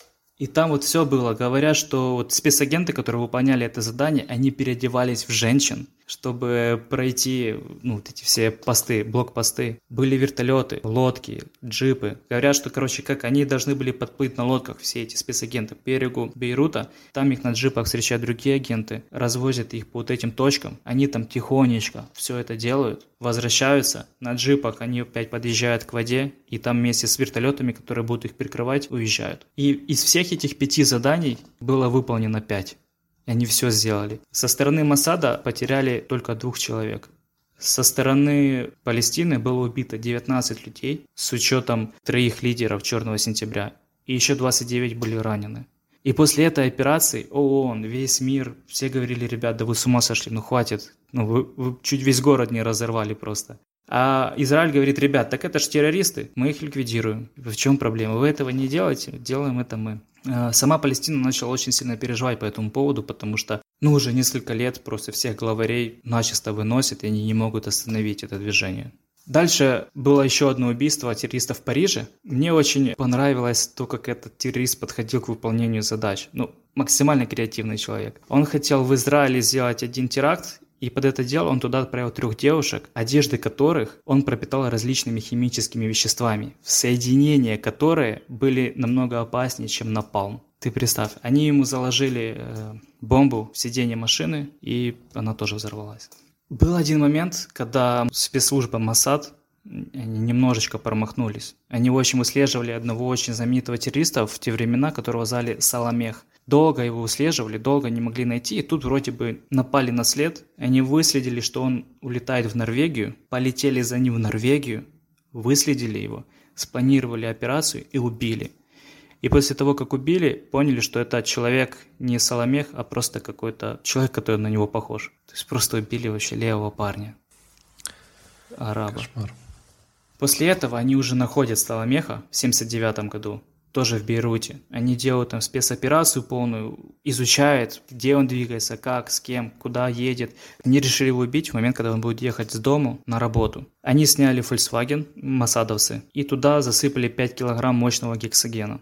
И там все было. Говорят, что спецагенты, которые выполняли это задание, они переодевались в женщин, чтобы пройти эти все посты, блокпосты. Были вертолеты, лодки, джипы. Говорят, что, как они должны были подплыть на лодках, все эти спецагенты, к берегу Бейрута. Там их на джипах встречают другие агенты, развозят их по этим точкам. Они там тихонечко все это делают, возвращаются. На джипах они опять подъезжают к воде, и там вместе с вертолетами, которые будут их прикрывать, уезжают. И из всех этих 5 заданий было выполнено 5. Они все сделали. Со стороны Моссада потеряли только 2 человек. Со стороны Палестины было убито 19 людей, с учетом 3 лидеров «Черного сентября», и еще 29 были ранены. И после этой операции ООН, весь мир, все говорили: ребят, да вы с ума сошли, хватит, вы чуть весь город не разорвали просто. А Израиль говорит: ребят, так это ж террористы, мы их ликвидируем. В чем проблема? Вы этого не делаете, делаем это мы. Сама Палестина начала очень сильно переживать по этому поводу, потому что уже несколько лет просто всех главарей начисто выносят, и они не могут остановить это движение. Дальше было еще одно убийство террористов в Париже. Мне очень понравилось то, как этот террорист подходил к выполнению задач. Максимально креативный человек. Он хотел в Израиле сделать один теракт, и под это дело он туда отправил 3 девушек, одежды которых он пропитал различными химическими веществами, в соединения которые были намного опаснее, чем напалм. Ты представь, они ему заложили бомбу в сиденье машины, и она тоже взорвалась. Был один момент, когда спецслужба Моссад немножечко промахнулись. Они, в общем, выслеживали одного очень знаменитого террориста в те времена, которого звали Саламех. Долго его выслеживали, долго не могли найти, и тут вроде бы напали на след. Они выследили, что он улетает в Норвегию, полетели за ним в Норвегию, выследили его, спланировали операцию и убили. И после того, как убили, поняли, что это человек не Саламех, а просто какой-то человек, который на него похож. То есть просто убили вообще левого парня, араба. Кошмар. После этого они уже находят Саламеха в 1979 году, тоже в Бейруте. Они делают там спецоперацию полную, изучают, где он двигается, как, с кем, куда едет. Они решили его убить в момент, когда он будет ехать с дому на работу. Они сняли Volkswagen, моссадовцы, и туда засыпали 5 килограмм мощного гексогена.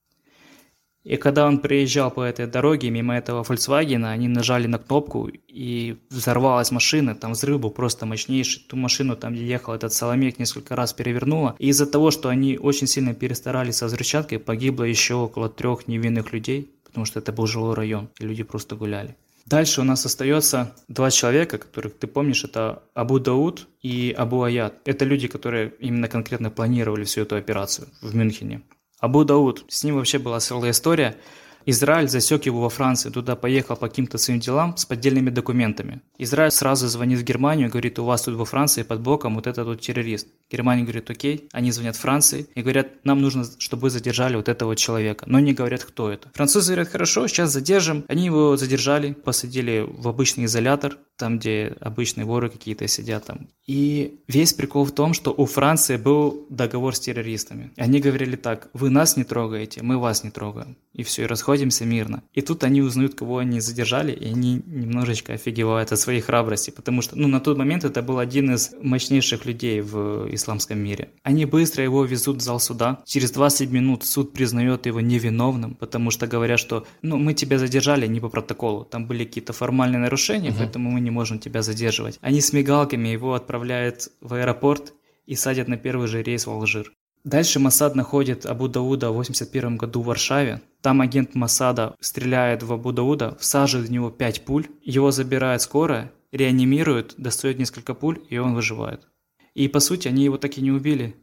И когда он приезжал по этой дороге, мимо этого Volkswagen, они нажали на кнопку, и взорвалась машина, там взрыв был просто мощнейший. Ту машину, там где ехал этот Саламех, несколько раз перевернуло. И из-за того, что они очень сильно перестарались со взрывчаткой, погибло еще около 3 невинных людей, потому что это был жилой район, и люди просто гуляли. Дальше у нас остается 2 человека, которых ты помнишь, это Абу Дауд и Абу Аяд. Это люди, которые именно конкретно планировали всю эту операцию в Мюнхене. Абу Дауд, с ним вообще была целая история. Израиль засек его во Франции, туда поехал по каким-то своим делам с поддельными документами. Израиль сразу звонит в Германию и говорит: у вас тут во Франции под боком вот этот вот террорист. Германия говорит: окей. Они звонят Франции и говорят: нам нужно, чтобы вы задержали вот этого человека. Но не говорят, кто это. Французы говорят: хорошо, сейчас задержим. Они его задержали, посадили в обычный изолятор, там, где обычные воры какие-то сидят там. И весь прикол в том, что у Франции был договор с террористами. Они говорили так: вы нас не трогаете, мы вас не трогаем. И все, и расходимся мирно. И тут они узнают, кого они задержали, и они немножечко офигевают от своей храбрости, потому что, на тот момент это был один из мощнейших людей в исламском мире. Они быстро его везут в зал суда. Через 20 минут суд признает его невиновным, потому что говорят, что, мы тебя задержали не по протоколу, там были какие-то формальные нарушения, поэтому мы не можем тебя задерживать. Они с мигалками его отправляют в аэропорт и садят на первый же рейс в Алжир. Дальше Моссад находит Абу Дауда в 1981 году в Варшаве. Там агент Моссада стреляет в Абу Дауда, всаживает в него 5 пуль, его забирает скорая, реанимирует, достает несколько пуль, и он выживает. И по сути они его так и не убили.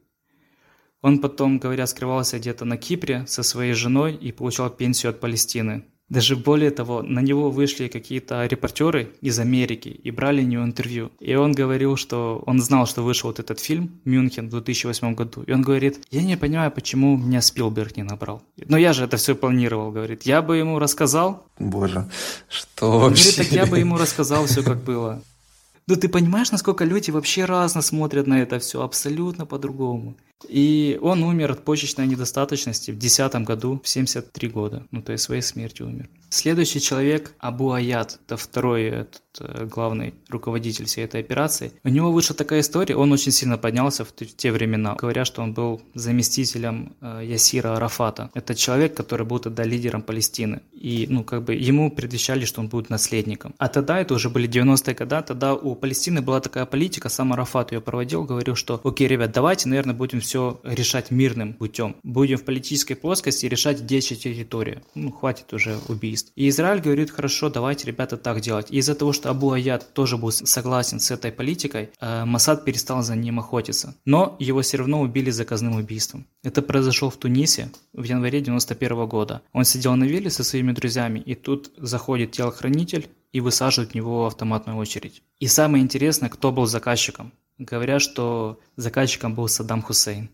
Он потом, говорят, скрывался где-то на Кипре со своей женой и получал пенсию от Палестины. Даже более того, на него вышли какие-то репортеры из Америки и брали у него интервью. И он говорил, что он знал, что вышел вот этот фильм «Мюнхен» в 2008 году. И он говорит: я не понимаю, почему меня Спилберг не набрал. Но я же это все планировал, говорит. Я бы ему рассказал. Боже, что Он вообще? говорит, так я бы ему рассказал все, как было. Ну ты понимаешь, насколько люди вообще разно смотрят на это все, абсолютно по-другому. И он умер от почечной недостаточности в 2010 году, в 73 года. Ну, то есть своей смертью умер. Следующий человек Абу Аяд, это второй главный руководитель всей этой операции. У него вышла такая история, он очень сильно поднялся в те времена. Говорят, что он был заместителем Ясира Арафата. Это человек, который был тогда лидером Палестины. И, ему предвещали, что он будет наследником. А тогда, это уже были 90-е годы, тогда у Палестины была такая политика, сам Арафат ее проводил, говорил, что окей, ребят, давайте, наверное, будем все решать мирным путем. Будем в политической плоскости решать, где чья территория. Хватит уже убийств. И Израиль говорит: хорошо, давайте, ребята, так делать. И из-за того, что Абу Аяд тоже был согласен с этой политикой, Моссад перестал за ним охотиться. Но его все равно убили заказным убийством. Это произошло в Тунисе в январе 91 года. Он сидел на вилле со своими друзьями, и тут заходит телохранитель и высаживает в него автоматную очередь. И самое интересное, кто был заказчиком. Говорят, что заказчиком был Саддам Хусейн.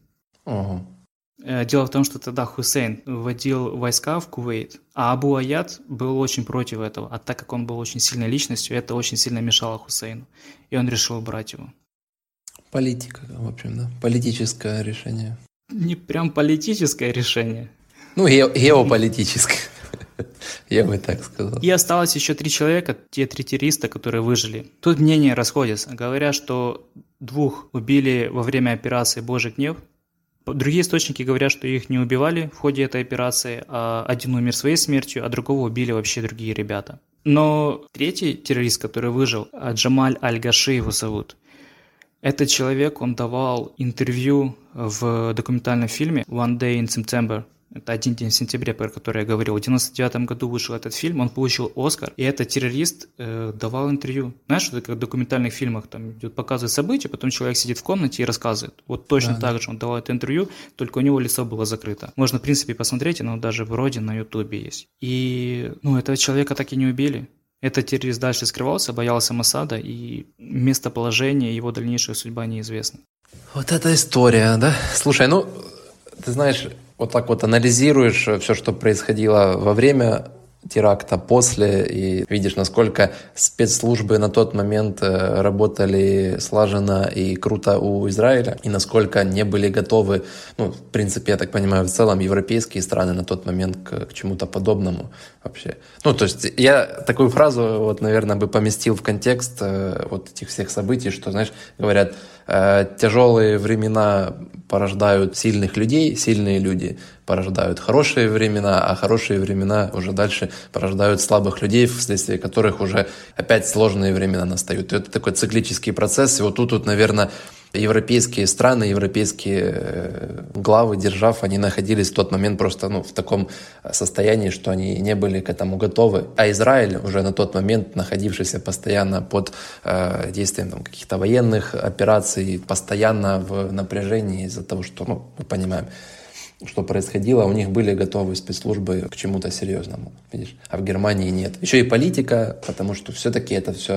Дело в том, что тогда Хусейн вводил войска в Кувейт, а Абу Аяд был очень против этого. А так как он был очень сильной личностью, это очень сильно мешало Хусейну. И он решил брать его. Политика, в общем, да? Политическое решение. Не прям политическое решение. Геополитическое. Я бы так сказал. И осталось еще 3 человека, те 3 террориста, которые выжили. Тут мнения расходятся. Говорят, что 2 убили во время операции «Божий гнев». Другие источники говорят, что их не убивали в ходе этой операции, а один умер своей смертью, а другого убили вообще другие ребята. Но 3-й террорист, который выжил, Джамаль Аль-Гаши его зовут. Этот человек, он давал интервью в документальном фильме «One Day in September». Это «Один день в сентябре», про который я говорил. В 1999 году вышел этот фильм, он получил Оскар, и этот террорист давал интервью. Знаешь, что это как в документальных фильмах, там показывают события, потом человек сидит в комнате и рассказывает. Вот точно так же он давал это интервью, только у него лицо было закрыто. Можно, в принципе, посмотреть, оно даже вроде на Ютубе есть. И, этого человека так и не убили. Этот террорист дальше скрывался, боялся Моссада, и местоположение его дальнейшая судьба неизвестна. Вот эта история, да? Слушай, ты знаешь, вот так вот анализируешь все, что происходило во время теракта, после, и видишь, насколько спецслужбы на тот момент работали слаженно и круто у Израиля, и насколько не были готовы, в принципе, я так понимаю, в целом европейские страны на тот момент к чему-то подобному вообще. То есть я такую фразу, наверное, бы поместил в контекст вот этих всех событий, что, знаешь, говорят, тяжелые времена порождают сильных людей, сильные люди порождают хорошие времена, а хорошие времена уже дальше порождают слабых людей, вследствие которых уже опять сложные времена настают. И это такой циклический процесс. И вот тут, наверное, европейские страны, европейские главы держав, они находились в тот момент просто в таком состоянии, что они не были к этому готовы. А Израиль уже на тот момент, находившийся постоянно под действием каких-то военных операций, постоянно в напряжении из-за того, что, мы понимаем, что происходило, у них были готовы спецслужбы к чему-то серьезному, видишь, а в Германии нет. Еще и политика, потому что все-таки это все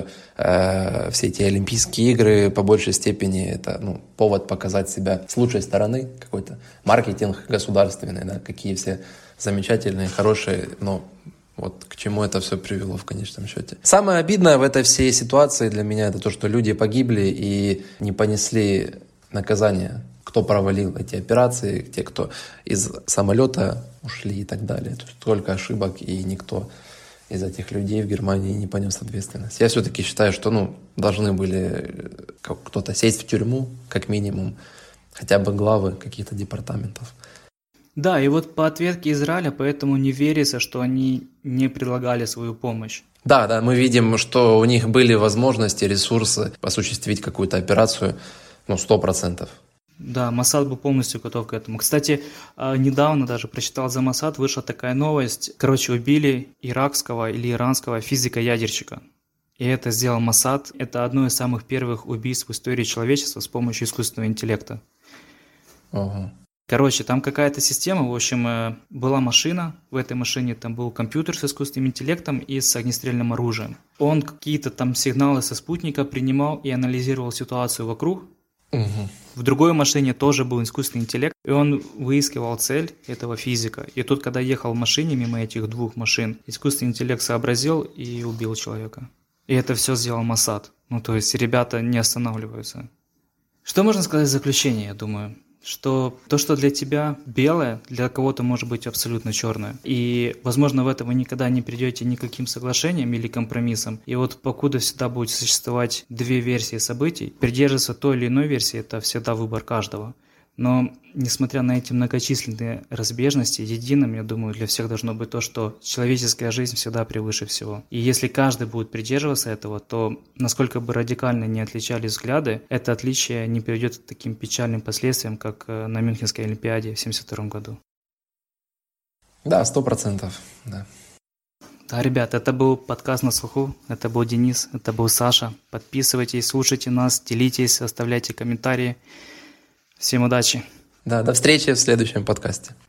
эти Олимпийские игры по большей степени это повод показать себя с лучшей стороны, какой-то маркетинг государственный, да, какие все замечательные, хорошие, но вот к чему это все привело в конечном счете. Самое обидное в этой всей ситуации для меня это то, что люди погибли и не понесли наказание. Кто провалил эти операции, те, кто из самолета ушли и так далее. То есть только ошибок, и никто из этих людей в Германии не понес ответственность. Я все-таки считаю, что должны были кто-то сесть в тюрьму, как минимум, хотя бы главы каких-то департаментов. Да, и вот по ответке Израиля, поэтому не верится, что они не предлагали свою помощь. Да, мы видим, что у них были возможности, ресурсы осуществить какую-то операцию, 100%. Да, Моссад был полностью готов к этому. Кстати, недавно даже прочитал за Моссад, вышла такая новость. Короче, убили иракского или иранского физика-ядерщика. И это сделал Моссад. Это одно из самых первых убийств в истории человечества с помощью искусственного интеллекта. Ага. Короче, там какая-то система, в общем, была машина, в этой машине там был компьютер с искусственным интеллектом и с огнестрельным оружием. Он какие-то там сигналы со спутника принимал и анализировал ситуацию вокруг. Угу. В другой машине тоже был искусственный интеллект, и он выискивал цель этого физика. И тут, когда ехал в машине мимо этих двух машин, искусственный интеллект сообразил и убил человека. И это все сделал Моссад. Ну, то есть ребята не останавливаются. Что можно сказать в заключение, я думаю? Что то, что для тебя белое, для кого-то может быть абсолютно черное. И, возможно, в этом вы никогда не придете ни к каким соглашениям или компромиссам. И вот покуда всегда будет существовать две версии событий, придерживаться той или иной версии – это всегда выбор каждого. Но, несмотря на эти многочисленные разбежности, единым, я думаю, для всех должно быть то, что человеческая жизнь всегда превыше всего. И если каждый будет придерживаться этого, то, насколько бы радикально не отличались взгляды, это отличие не приведет к таким печальным последствиям, как на Мюнхенской Олимпиаде в 1972 году. Да, 100%. Да. Да, ребят, это был подкаст «На слуху», это был Денис, это был Саша. Подписывайтесь, слушайте нас, делитесь, оставляйте комментарии. Всем удачи. Да, до встречи в следующем подкасте.